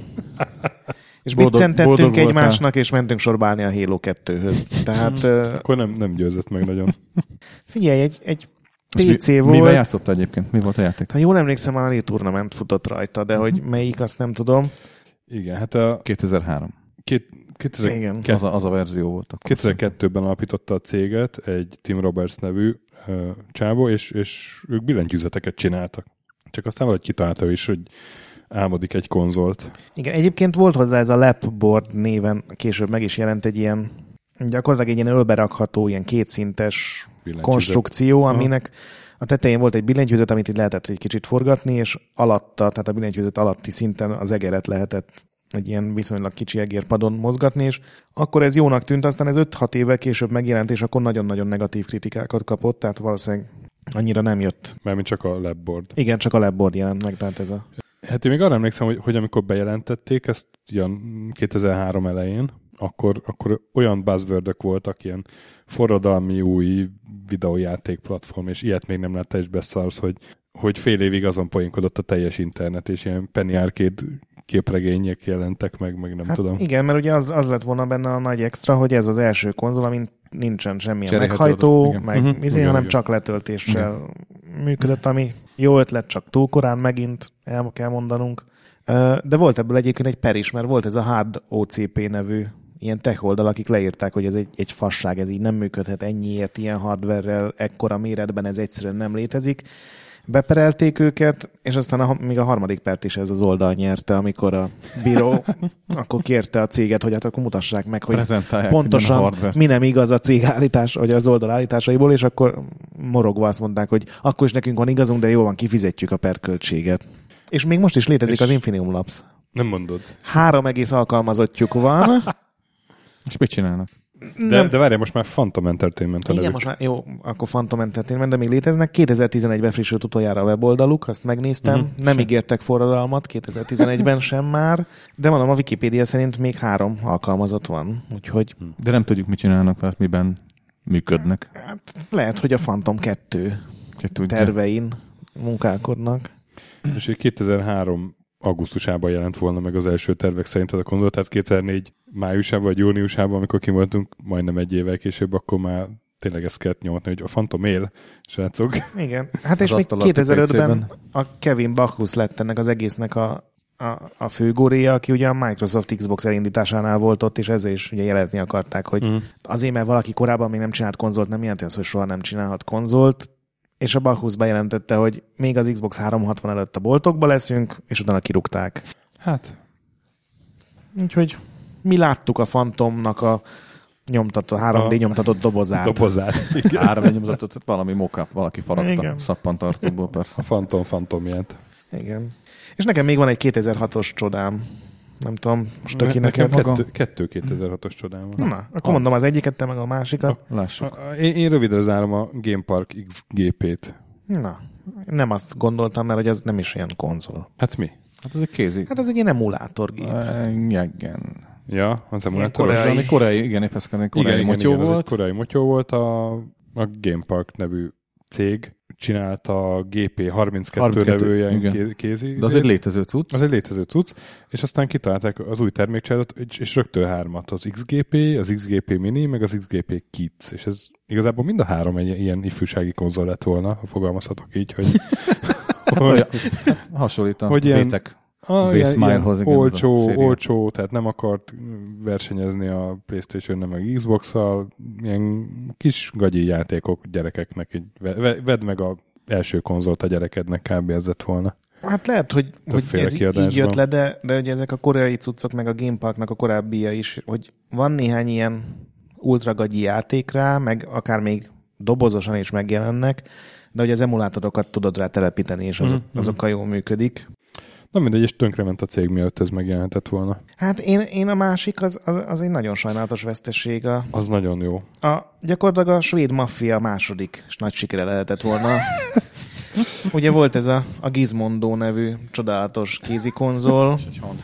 és biccentettünk egymásnak, és mentünk sorbálni a Halo kettőhöz. Tehát, akkor nem, nem győzött meg nagyon. Figyelj, egy, egy pé cé mi, volt. Mivel játszotta egyébként? Mi volt a játék? Ha jól emlékszem, a Unreal Tournament futott rajta, de hogy melyik, azt nem tudom. Igen, hát a... kétezer-három. Két, kétezer-kettő, Igen. Az, a, az a verzió volt. kétezer-kettőben alapította a céget egy Tim Roberts nevű uh, csávó, és, és ők billentyűzeteket csináltak. Csak aztán valahogy kitalálta is, hogy álmodik egy konzolt. Igen, egyébként volt hozzá ez a Lapboard néven, később meg is jelent egy ilyen, gyakorlatilag egy ilyen ölberakható, ilyen kétszintes konstrukció, aminek a tetején volt egy billentyűzet, amit így lehetett egy kicsit forgatni, és alatta, tehát a billentyűzet alatti szinten az egeret lehetett egy ilyen viszonylag kicsi egérpadon mozgatni, és akkor ez jónak tűnt, aztán ez öt-hat évvel később megjelent, és akkor nagyon-nagyon negatív kritikákat kapott, tehát valószínűleg annyira nem jött. Mármint csak a Lapboard. Igen, csak a Lapboard jelent meg, tehát ez a... Hát én még arra emlékszem, hogy, hogy amikor bejelentették ezt ilyen kétezer-három elején, akkor, akkor olyan buzzwordök voltak, ilyen forradalmi új videójáték platform, és ilyet még nem láttál, és beszarsz, hogy, hogy fél évig azon poénkodott a teljes internet, és ilyen Penny Arcade képregények jelentek meg, meg nem hát tudom. Igen, mert ugye az, az lett volna benne a nagy extra, hogy ez az első konzol, amin nincsen semmilyen meghajtó, igen. meg uh-huh. izé, igen, hanem igen. csak letöltéssel igen. működött, ami jó ötlet, csak túl korán megint el kell mondanunk. De volt ebből egyébként egy per is, mert volt ez a Hard o cé pé nevű ilyen tech oldal, akik leírták, hogy ez egy, egy fasság, ez így nem működhet ennyiért, ilyen hardverrel, ekkora méretben ez egyszerűen nem létezik. Beperelték őket, és aztán a, még a harmadik pert is ez az oldal nyerte, amikor a bíró akkor kérte a céget, hogy hát akkor mutassák meg, hogy pontosan mi nem igaz a cég állítás, vagy az oldal állításaiból, és akkor morogva azt mondták, hogy akkor is nekünk van igazunk, de jól van, kifizetjük a perköltséget. És még most is létezik és az Infinium Labs. Nem mondod. Három egész alkalmazottjuk van. És mit csinálnak? De, de várjál, most már Phantom Entertainment a Igen, most már, jó, akkor Phantom Entertainment, de még léteznek. kétezer-tizenegyben frissült utoljára a weboldaluk, azt megnéztem. Uh-huh. Nem sem. ígértek forradalmat kétezer-tizenegyben sem már, de mondom, a Wikipédia szerint még három alkalmazott van, úgyhogy... De nem tudjuk, mit csinálnak, mert miben működnek. Hát lehet, hogy a Phantom kettő tervein munkálkodnak. És kétezer-három augusztusában jelent volna meg az első tervek szerint az a konzol, tehát kétezer-négy májusában vagy júniusában, amikor kimoltunk majdnem egy évvel később, akkor már tényleg ezt kellett nyomatni, hogy a Phantom él, srácok. Igen, hát és még kétezer-ötben a Kevin Bachus lett ennek az egésznek a, a, a főgóréja, aki ugye a Microsoft Xbox elindításánál volt ott, és ezzel is ugye jelezni akarták, hogy mm. azért, mert valaki korábban még nem csinált konzolt, nem jelenti azt, hogy soha nem csinálhat konzolt, és a Bachus bejelentette, hogy még az Xbox háromszázhatvan előtt a boltokba leszünk, és utána kirúgták. Hát. Úgyhogy mi láttuk a Phantomnak a nyomtatott, három dé a... nyomtatott dobozát. Dobozát. három dé nyomtatott, valami mock-up, valaki faragta. Igen. Szappantartóból persze. A Phantom Phantom ilyet. Igen. És nekem még van egy kétezer-hatos csodám. Nem tudom, most aki nekem kettő, kettő kétezer-hatos csodám van. Na, akkor a... mondom az egyiket, te meg a másikat. A, lássuk. A, a, én, én rövidre zárom a Game Park iksz gé pét. Na, nem azt gondoltam, mert hogy az nem is ilyen konzol. Hát mi? Hát ez egy kézi. Hát ez egy ilyen emulátorgép. Igen. Ja, az emulátor. Koreai, koreai, igen, épp ezt koreai igen, motyó igen, volt. Ez egy koreai motyó volt, a, a Game Park nevű cég csinálta a gé pé harminckettő nevű ilyen kézi. De az egy létező cucc. Az egy létező cucc, és aztán kitalálták az új termékcsaládot, és rögtön hármat. Az iksz gé pé, az iksz gé pé Mini, meg az iksz gé pé Kids. És ez igazából mind a három egy ilyen ifjúsági konzol lett volna, ha fogalmazhatok így, hogy... hogy hasonlít a vétek. Ah, ilyen, ilyen olcsó, olcsó, tehát nem akart versenyezni a PlayStation, nem meg Xbox-szal, ilyen kis gagyi játékok gyerekeknek, így vedd meg az első konzolt a gyerekednek, kb. Ez lett volna. Hát lehet, hogy, hogy ez így jött le, de, de ugye ezek a koreai cuccok, meg a Game Parknak a korábbia is, hogy van néhány ilyen ultragagyi játék rá, meg akár még dobozosan is megjelennek, de hogy az emulátorokat tudod rá telepíteni, és azok, mm-hmm. azokkal jól működik. Na mindegy, és tönkrement a cég, mielőtt ez megjelentett volna. Hát én, én a másik, az, az, az egy nagyon sajnálatos vesztesség. A, az nagyon jó. A, gyakorlatilag a svéd maffia második és nagy sikere lehetett volna. Ugye volt ez a, a Gizmondo nevű csodálatos kézikonzol,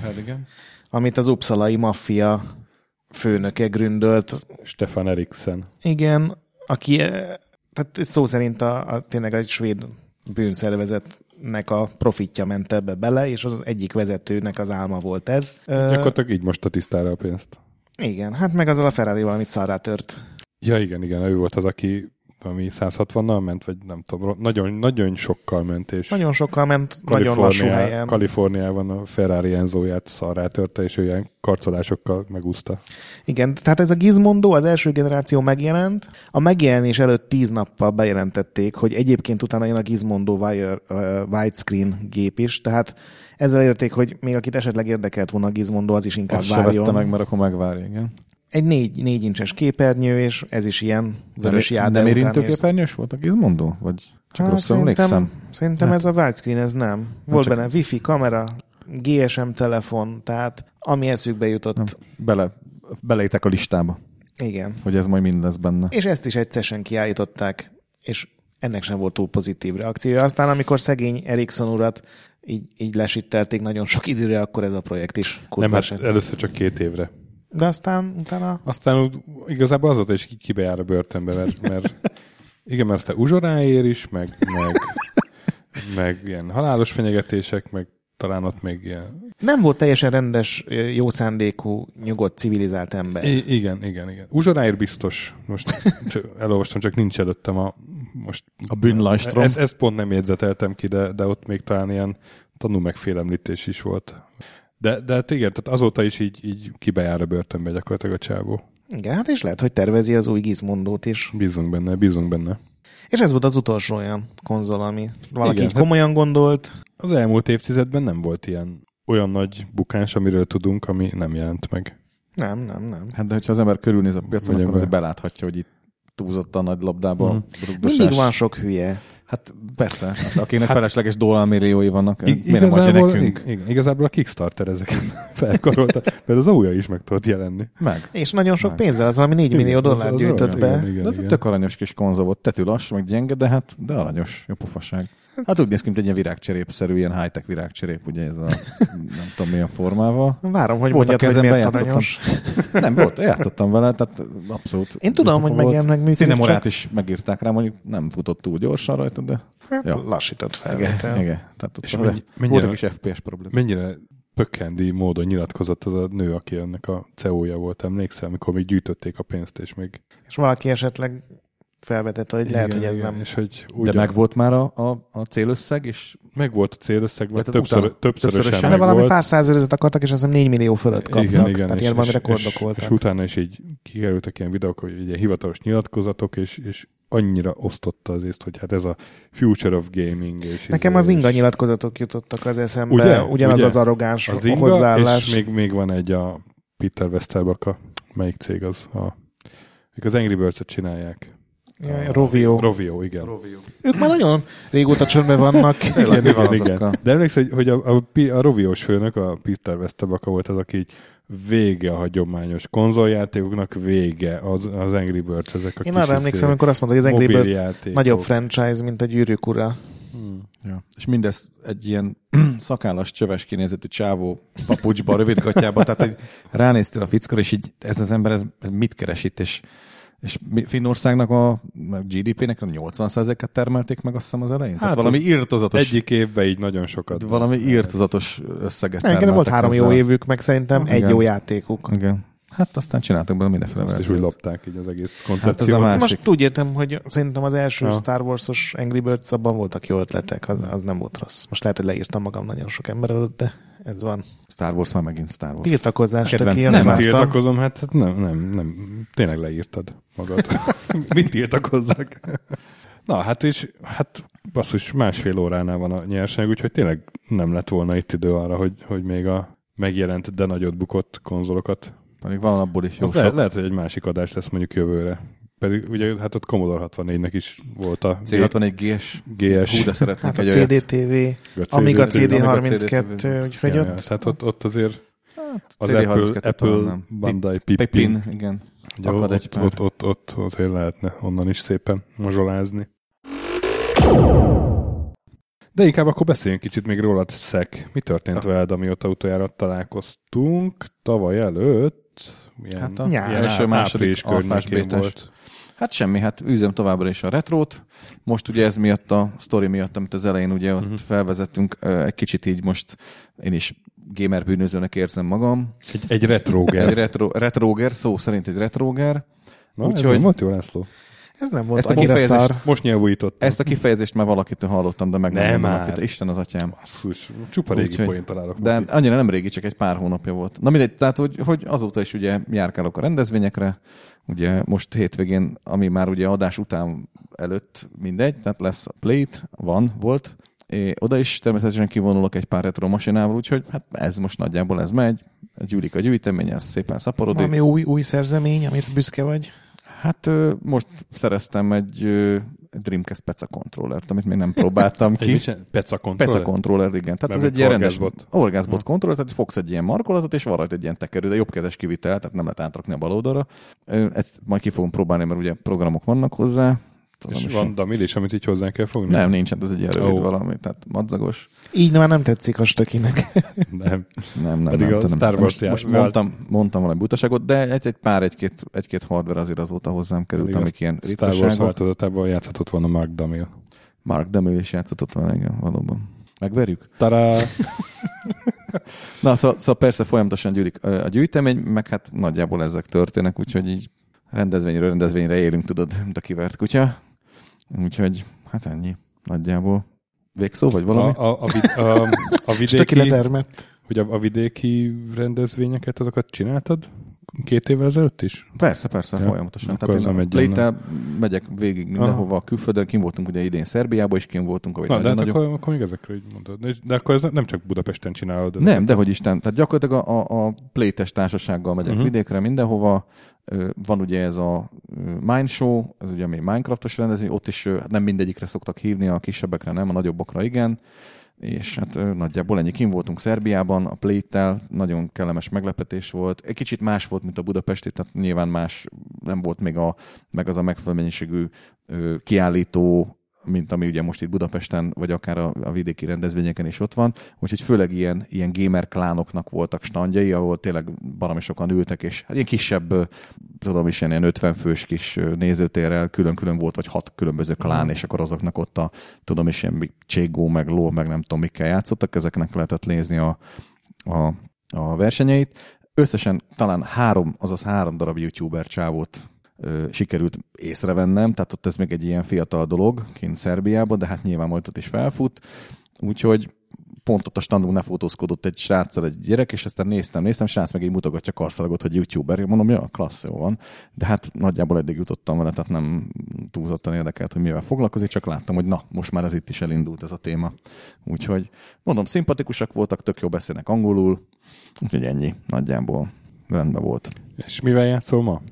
amit az uppsalai maffia főnöke gründölt. Stefan Eriksen. Igen, aki tehát szó szerint a, a, tényleg egy svéd bűnszervezetnek a profitja ment ebbe bele, és az egyik vezetőnek az álma volt ez. Gyakorlatilag így most a tisztára a pénzt. Igen, hát meg azzal a Ferrari valamit szarrá tört. Ja, igen, igen, ő volt az, aki ami száz hatvannal ment, vagy nem tudom, nagyon, nagyon sokkal ment. És nagyon sokkal ment, nagyon lassú helyen. Kaliforniában a Ferrari Enzóját szarrá törte, és ő ilyen karcolásokkal megúszta. Igen, tehát ez a Gizmondo, az első generáció megjelent. A megjelenés előtt tíz nappal bejelentették, hogy egyébként utána jön a Gizmondo wire, uh, widescreen gép is, tehát ezzel érték, hogy még akit esetleg érdekelt volna a Gizmondo, az is inkább azt várjon. Azt se meg, mert akkor megvárja, igen. Egy négy, négy incses képernyő, és ez is ilyen vörös jáde. Nem érintőképernyős volt a Gizmondo? Vagy csak hát, rosszul emlékszem? Szerintem hát. Ez a widescreen, ez nem. Volt csak... benne wifi, kamera, gé es em telefon, tehát ami eszükbe jutott. Nem. Bele, beleitek a listába. Igen. Hogy ez majd mind lesz benne. És ezt is egyszerűen kiállították, és ennek sem volt túl pozitív reakciója. Aztán, amikor szegény Ericsson urat így, így lesittelték nagyon sok időre, akkor ez a projekt is nem, hát először csak két évre. De aztán utána... Aztán igazából azóta is kibe jár a börtönbe, mert, mert igen, mert aztán uzsoráér is, meg, meg, meg ilyen halálos fenyegetések, meg talán ott még ilyen... Nem volt teljesen rendes, jó szándékú, nyugodt, civilizált ember. I- igen, igen, igen. Uzsoráér biztos. Most elolvastam, csak nincs előttem a... Most, a bűnlajstrom. Ezt, ezt pont nem jegyzeteltem ki, de, de ott még talán ilyen tanú megfélemlítés is volt. De, de hát igen, tehát azóta is így, így kibejár a börtönbe gyakorlatilag a csávó. Igen, hát és lehet, hogy tervezi az új Gizmondót is. Bízunk benne, bízunk benne. És ez volt az utolsó olyan konzol, ami valaki igen, így komolyan gondolt. Az elmúlt évtizedben nem volt ilyen olyan nagy bukás, amiről tudunk, ami nem jelent meg. Nem, nem, nem. Hát de hogyha az ember körülnéz a piacon, akkor azért beláthatja, hogy itt túlzott a nagy labdába. Mm. Mindig van sok hülye. Hát persze, hát akinek hát, felesleges dollármilliói vannak, ig- miért nem adja nekünk? Igen, igazából a Kickstarter ezeket felkarolta, mert az á u á is meg tudott jelenni. Meg. És nagyon sok meg. Pénzzel, az valami négy millió dollár gyűjtött be. Igen, igen, de ez egy tök aranyos kis konzol volt, tetű lassú, meg gyenge, de hát de aranyos, jó pofaság. Hát úgy néz ki, mint egy ilyen virágcserépszerű, ilyen high-tech virágcserép, ugye ez a nem tudom milyen formával. Várom, hogy mondjad, hogy miért aranyos. Nem, volt, játszottam vele, tehát abszolút. Én tudom, hogy megjelennek működik. Cinemorát is megírták rá, mondjuk nem futott túl gyorsan rajta, de hát, ja. Lassított felvétel. Igen, igen. Tehát és mennyi, volt egy kis ef pé es probléma. Mennyire pökkendi módon nyilatkozott az a nő, aki ennek a cé e ó-ja volt, emlékszel, amikor még gyűjtötték a pénzt, és még... És valaki esetleg felvetette, hogy lehet, igen, hogy ez igen, nem... És hogy ugyan... De meg volt már a, a, a célösszeg, és... Meg volt a célösszeg, vagy többször, utána, többszörösen többszörösen meg valami volt. pár százezret akartak, és azt hiszem négy millió fölött kaptak. Igen, igen, tehát és, ilyen valami és, rekordok és, voltak. És utána is így kikerültek ilyen videók, hogy ilyen hivatalos nyilatkozatok, és, és annyira osztotta az észt, hogy hát ez a future of gaming. És nekem az inga nyilatkozatok jutottak az eszembe, ugye, ugyanaz ugye? Az arrogáns az inga, hozzáállás. És még, még van egy a Peter Westerbaka, melyik cég az? A, ők az Angry Birds-et csinálják. Ja, Rovio. Rovio, igen. Rovio. Ők már nagyon régóta csöndben vannak. igen, igen, igen. De emlékszel, hogy a, a, a Roviós főnök, a Peter Westerbaka volt az, aki vége a hagyományos konzoljátékoknak, vége az, az Angry Birds. Ezek a én arra emlékszem, amikor azt mondta, hogy az Angry Birds játékok. Nagyobb franchise, mint a Gyűrűk ura. Hmm. Ja. És mindez egy ilyen szakállas, csöves kinézetű csávó papucsba, rövidgatjába, tehát hogy ránéztél a fickor, és így ez az ember, ez, ez mit keres itt, és És Finnországnak a gé dé pé-nek a nyolcvan százalékát termelték meg, azt hiszem az elején? Hát tehát valami írtozatos... Egyik évben így nagyon sokat. Valami írtozatos összeget termeltek. Igen, volt három jó évük, meg szerintem igen. Egy jó játékuk. Igen. Hát aztán csináltak belőle mindenféle versenyt. Azt is úgy lopták így az egész koncepciót. Hát most úgy értem, hogy szerintem az első ja. Star Wars-os Angry Birds abban voltak jó ötletek, az, az nem volt rossz. Most lehet, hogy leírtam magam nagyon sok ember előtt, de ez van. Star Wars már megint Star Wars. Tiltakozás, te ki nem tiltakozom, hát, hát nem, nem, nem. Tényleg leírtad magad. Mit tiltakozzak? Na, hát és hát basszus, másfél óránál van a nyersanyag, úgyhogy tényleg nem lett volna itt idő arra, hogy, hogy még a megjelent, de nagyot bukott konzolokat Pedig van abból is jó sok. Le- lehet, hogy egy másik adás lesz mondjuk jövőre. Pedig ugye hát ott Commodore hatvannégynek is volt a cé hatvannégy gé es. gé es. Hú, de szeretnék hát a cé dé té vé, Amiga cé dé harminckettő, úgyhogy ja, ott... Ja, tehát ott, ott azért hát, az Apple, Apple Bandai Pippin. Pippin, igen. Ugye ott, ott, ott, ott, ott azért lehetne onnan is szépen mazsolázni. De inkább akkor beszéljünk kicsit még rólad, Szek. Mi történt veled, amióta utoljára találkoztunk? Tavaly előtt? Ilyen, hát a ilyen első második alfás volt. Hát semmi, hát üzem továbbra is a retrót. Most ugye ez miatt a sztori miatt, amit az elején ugye ott uh-huh. felvezettünk, egy kicsit így most én is gamer bűnözőnek érzem magam. Egy, egy retróger. Egy retro, retróger, szó szerint egy retróger. Na, úgy, ez hogy... nem volt jó, László? Ez nem volt annyira szar. Most nyelvújítottam. Ezt a kifejezést már valakitől hallottam, de meg nem valakit. Isten az atyám. Basszus, csupa régi úgy, poént találok. De most annyira nem régi, csak egy pár hónapja volt. Na mindegy, tehát hogy, hogy azóta is ugye járkálok a rendezvényekre, ugye most hétvégén, ami már ugye adás után előtt mindegy, tehát lesz a Plate, van, volt. É, oda is természetesen kivonulok egy pár retro masinával, úgyhogy hát ez most nagyjából ez megy. Gyűlik a gyűjtemény, ez szépen szaporodik. Valami új, új szerzemény, amit büszke vagy? Hát most szereztem egy Dreamcast Peca controllert, amit még nem próbáltam ki. Peca controller? Peca controller, igen. Tehát ez egy ilyen rendes Orgasbot controller, tehát fogsz egy ilyen markolatot, és van rajta egy ilyen tekerő, de jobbkezes kivitel, tehát nem lehet átrakni a bal oldalra. Ezt majd ki fogom próbálni, mert ugye programok vannak hozzá. Tudom, és van damil is, amit így hozzá kell fogni? Nem, nincs, hát ez egy ilyen rövid oh. valami, tehát madzagos. Így már nem tetszik a stökinek. nem. Nem, nem, Pedig nem. a nem, Star Wars most, most mondtam, mondtam valami butaságot, de egy, egy pár, egy-két, egy-két hardware azért azóta hozzám került, amik ilyen ritkaságok. Star Wars változatában játszhatott volna Mark Damil. Mark Damil is játszhatott volna, igen, valóban. Megverjük? Tará! Na, szóval, szóval persze folyamatosan gyűlik a gyűjtemény, meg hát nagyjából ezek történnek, úgyhogy így rendezvényről rendezvényre élünk, tudod, mint a kivert kutya. Úgyhogy, hát ennyi, nagyjából. Végszó, vagy valami? A, a, a, vid, a, a vidéki, hogy a, a vidéki rendezvényeket, azokat csináltad két évvel ezelőtt is? Persze, persze, ja, folyamatosan. Tehát én a Plate-tel megyek végig mindenhova, a külföldön, kim voltunk ugye idén Szerbiában, és kim voltunk. Na, de hát nagyobb... akkor, akkor még ezekről így mondod. De akkor ez nem csak Budapesten csinálod. Nem, dehogy Isten. Tehát gyakorlatilag a, a, a Plate-es társasággal megyek uh-huh. vidékre, mindenhova. Van ugye ez a Mine Show, ez ugye ami Minecraftos rendezvény, ott is nem mindegyikre szoktak hívni, a kisebbekre nem, a nagyobbakra igen, és hát nagyjából ennyi. Kim voltunk Szerbiában, a Plate-tel, nagyon kellemes meglepetés volt. Egy kicsit más volt, mint a budapesti, tehát nyilván más, nem volt még a, meg az a megfelelő mennyiségű kiállító, mint ami ugye most itt Budapesten, vagy akár a, a vidéki rendezvényeken is ott van. Úgyhogy főleg ilyen, ilyen gamer klánoknak voltak standjai, ahol tényleg baromi sokan ültek, és hát ilyen kisebb, tudom is, ilyen ötven fős kis nézőtérrel külön-külön volt, vagy hat különböző klán, mm. és akkor azoknak ott a, tudom is, ilyen Cségó, meg Ló, meg nem tudom, mikkel játszottak, ezeknek lehetett nézni a, a, a versenyeit. Összesen talán három, azaz három darab youtuber csávót sikerült észrevennem, tehát ott ez még egy ilyen fiatal dolog kint Szerbiában, de hát nyilván majd ott is felfut, úgyhogy pont ott a standon ne fotózkodott egy sráccal egy gyerek, és aztán néztem, néztem, srác meg így mutogatja karszalagot, hogy youtuber, én mondom, ja, klassz, jó van, de hát nagyjából eddig jutottam vele, tehát nem túlzottan érdekelt, hogy mivel foglalkozik, csak láttam, hogy na, most már ez itt is elindult ez a téma. Úgyhogy mondom, szimpatikusak voltak, tök jó beszélnek angolul, úgyhogy ennyi, nagyjából rendben volt. És mivel játszol ma?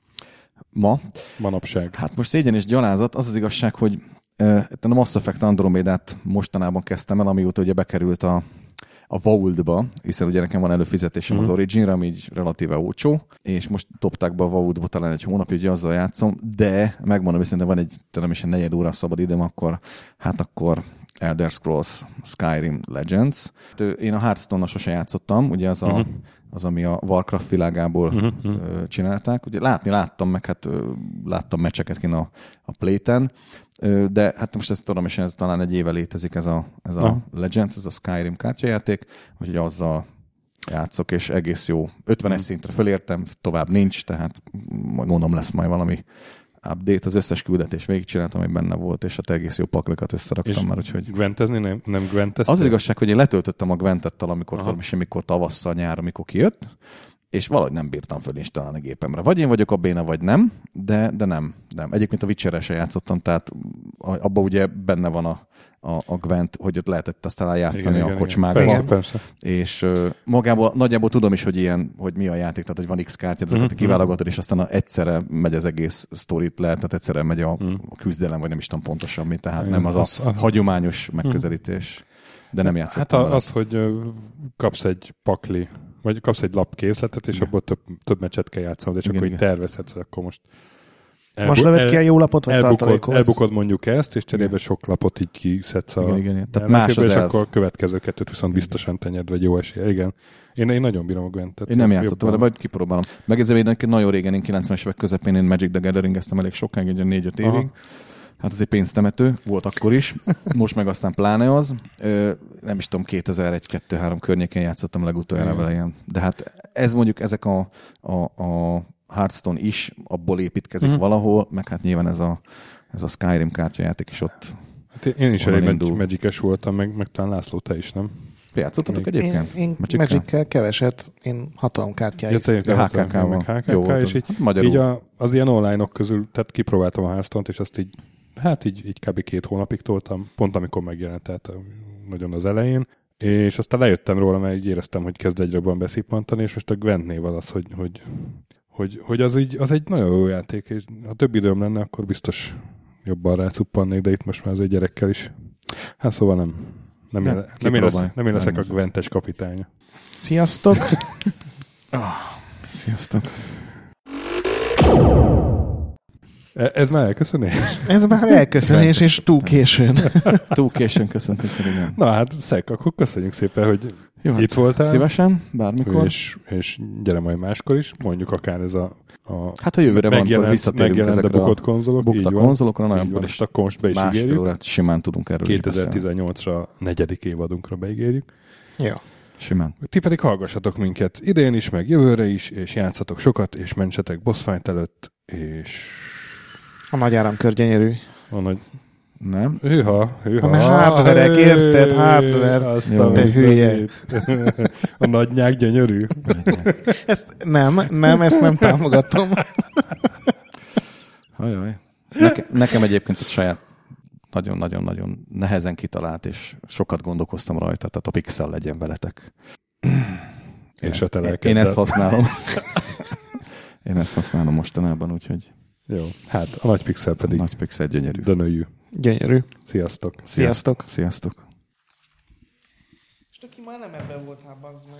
Ma. Manapság. Hát most szégyen és gyalázat. Az az igazság, hogy uh, a Mass Effect Andromedát mostanában kezdtem el, amióta ugye bekerült a, a Vault-ba, hiszen ugye nekem van előfizetésem mm. az Origin-re, ami így relatíve olcsó, és most topták be a Vault-ba talán egy hónapja, hogy azzal játszom, de megmondom viszont, van egy talán is egy negyed óra szabad időm, akkor hát akkor Elder Scrolls Skyrim Legends. Én a Hearthstone-nal sose játszottam, ugye az a uh-huh. az, ami a Warcraft világából uh-huh. csinálták. Ugye látni láttam, meg hát láttam meccseket kint a, a Play-ten, de hát most ezt tudom, és ez talán egy éve létezik ez a, ez a uh-huh. Legends, ez a Skyrim kártyajáték, úgyhogy azzal játszok, és egész jó. ötvenes uh-huh. szintre fölértem, tovább nincs, tehát mondom, lesz majd valami update, az összes küldetés végigcsináltam, ami benne volt, és hát egész jó paklikat összeraktam és már, úgyhogy... Gwentezni nem, nem Gwenteztél? Az, az igazság, hogy én letöltöttem a Gwentettel, amikor, amikor tavasszal, nyár, amikor kijött, és valahogy nem bírtam fölinstalálni a gépemre. Vagy én vagyok a béna, vagy nem, de, de nem, nem. Egyébként a Witcherrel se játszottam, tehát abban ugye benne van a, a, a Gwent, hogy ott lehetett aztán játszani igen, a kocsmákban. Persze, persze. És uh, magából nagyjából tudom is, hogy ilyen, hogy mi a játék, tehát hogy van X kártya, ezeket mm-hmm. kiválogatod, és aztán egyszerre megy az egész sztorit le, tehát egyszerre megy a, mm. a küzdelem, vagy nem is tudom pontosan mi, tehát igen, nem az, az a az... hagyományos megközelítés. De nem játszottam. Hát a, az, hogy kapsz egy pakli, vagy kapsz egy lapkészletet, és igen. abból több, több meccset kell játszanod, és igen, akkor igen. így tervezhetsz, hogy akkor most elbu- most levett el, ki a jó lapot, vagy elbukod, tartalékolsz? Elbukod mondjuk ezt, és cserébe sok lapot így kiszedsz a igen, igen. Tehát más az és elf. akkor a következő kettőt viszont biztosan tenyed, vagy jó esélye. Igen. Én, én nagyon bírom a Gwentet. Én nem játszottam, de majd kipróbálom. Megjegyzem, hogy nagyon régen, én kilencvenes évek közepén én Magic the Gathering-eztem elég sokáig, egy négy-öt évig. Aha. Hát ez egy pénztemető, volt akkor is, most meg aztán pláne az. Ö, nem is tudom, kétezer-egy kettő-három környékén játszottam legutoljára vele ilyen. De hát ez mondjuk ezek a, a, a Hearthstone is abból építkezik mm-hmm. valahol, meg hát nyilván ez a, ez a Skyrim kártyajáték is ott. Hát én is elég Magic-es voltam, meg, meg talán László, te is, nem? Játszottatok egyébként? Én, én Magic-kel keveset, én hatalomkártyáig. Ja, há ká ká-val. há ká ká, jó, és az, így, hát így a, az ilyen online-ok közül, tehát kipróbáltam a Hearthstone-t, és azt így hát így, így kb. két hónapig toltam, pont amikor megjelent, tehát nagyon az elején, és aztán lejöttem róla, mert így éreztem, hogy kezd egyre jobban beszippantani, és most a Gwentnél az, hogy, hogy, hogy, hogy az, így, az egy nagyon jó játék, és ha több időm lenne, akkor biztos jobban rácuppannék, de itt most már az egy gyerekkel is. Hát szóval nem. Nem, nem, éle, nem, én, lesz, nem én leszek nem a Gwentes kapitánya. Sziasztok! oh, sziasztok! Ez már elköszönés? Ez már elköszönés, és túl későn. túl későn köszöntünk. Igen. Na hát, Szek, akkor köszönjük szépen, hogy jó, itt voltál. Szívesen, bármikor. És, és gyere majd máskor is, mondjuk akár ez a, a hát ha jövőre van, akkor visszatérünk ezekre a bukott konzolok. Bukta konzolokra, nagyon van, és akkor most be is ígérjük. Órát simán tudunk erről kétezer-tizennyolcra negyedik évadunkra beígérjük. Jó. Simán. Ti pedig hallgassatok minket idén is, meg jövőre is, és játszatok sokat, és mentsetek boss fight előtt, és... A nagy áramkör gyönyörű. A nagy... Nem? Hűha, hűha. A hardverek, érted? Hardver. Te hülye. A nagynyák gyönyörű. Ezt nem, nem, ezt nem támogatom. Hajaj. Nekem, nekem egyébként egy saját nagyon-nagyon-nagyon nehezen kitalált, és sokat gondolkoztam rajta, tehát a Pixel legyen veletek. Én, és ezt, én, én ezt használom. Én ezt használom mostanában, úgyhogy... Jó, hát a nagy Pixel pedig... A nagy Pixel gyönyörű. Dönöljű. Gyönyörű. Sziasztok. Sziasztok. Sziasztok. És aki már nem ebben volt, hát bazd meg.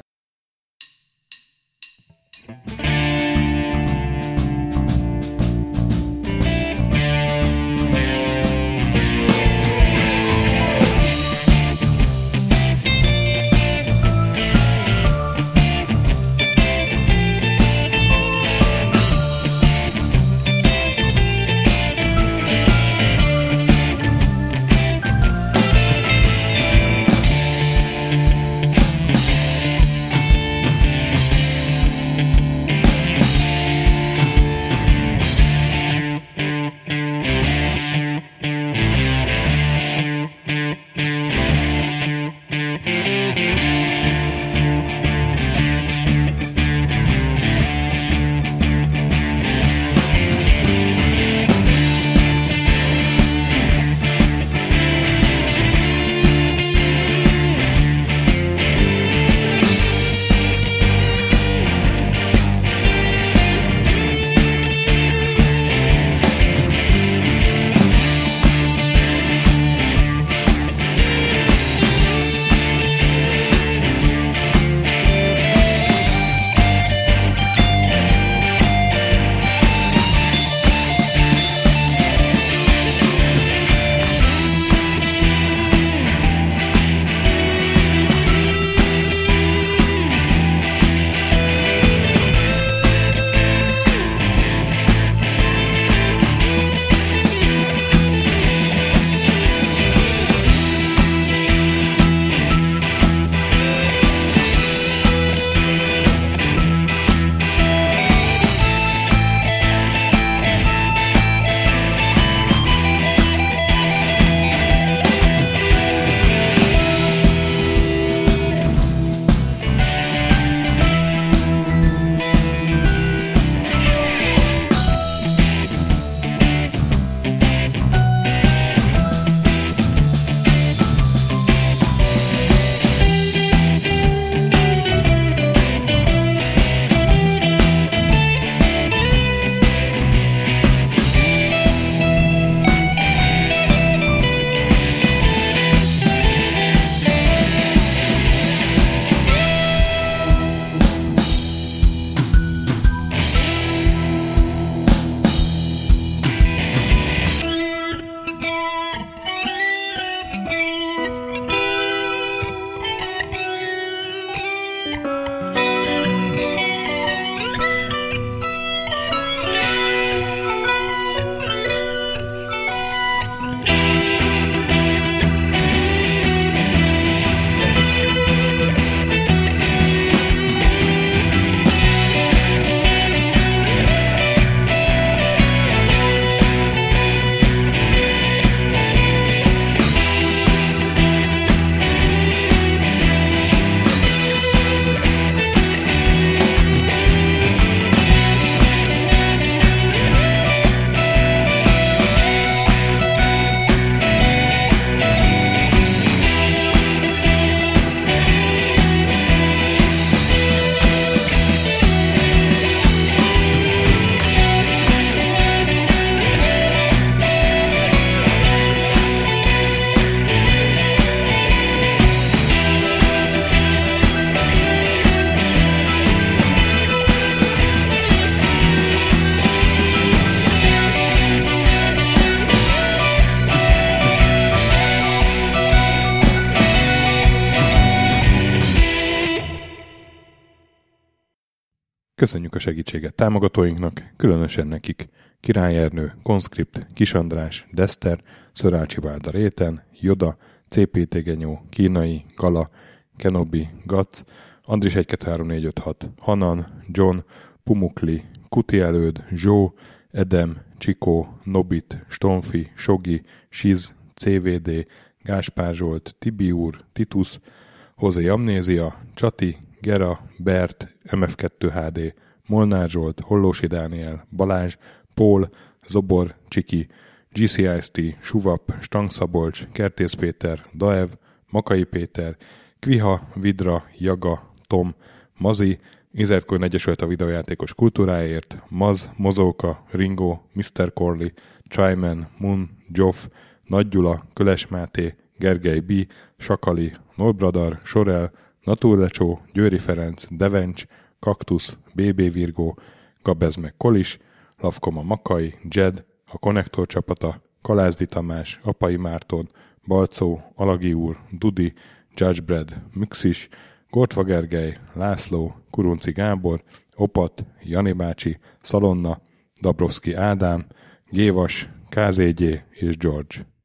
Köszönjük a segítséget támogatóinknak, különösen nekik: Király Ernő, Conscript, Kis András, Deszter, Szörácsi Válda Réten, Joda, cé pé té Genyó, Kínai, Gala, Kenobi, Gac, Andris egy kettő három négy öt hat, Hanan, John, Pumukli, Kuti Előd, Zsó, Edem, Csikó, Nobit, Stonfi, Sogi, Siz, cé vé dé, Gáspár Zsolt, Tibiúr, Titus, Hozé Amnézia, Csati, Gera, Bert, em ef kettő há dé, Molnár Zsolt, Hollósi Dániel, Balázs, Pól, Zobor, Csiki, gé cé i es té, Suvap, Stangszabolcs, Kertész Péter, Daev, Makai Péter, Kviha, Vidra, Jaga, Tom, Mazi, Inzertcoin Egyesület a videójátékos kultúráért, Maz, Mozóka, Ringo, miszter Corley, Tryman, Mun, Joff, Nagy Gyula, Köles Máté, Gergely B., Sakali, Nolbradar, Sorel, Naturlecsó, Győri Ferenc, Devencs, Kaktusz, bé bé Virgó, Gabez meg Kolis, Lavkoma Makai, Jed, a Konnektor csapata, Kalázdi Tamás, Apai Márton, Balcó, Alagi úr, Dudi, Judgebred, Müxis, Gortva Gergely, László, Kurunci Gábor, Opat, Jani bácsi, Szalonna, Dabrowski Ádám, Gévas, ká zé gyé és George.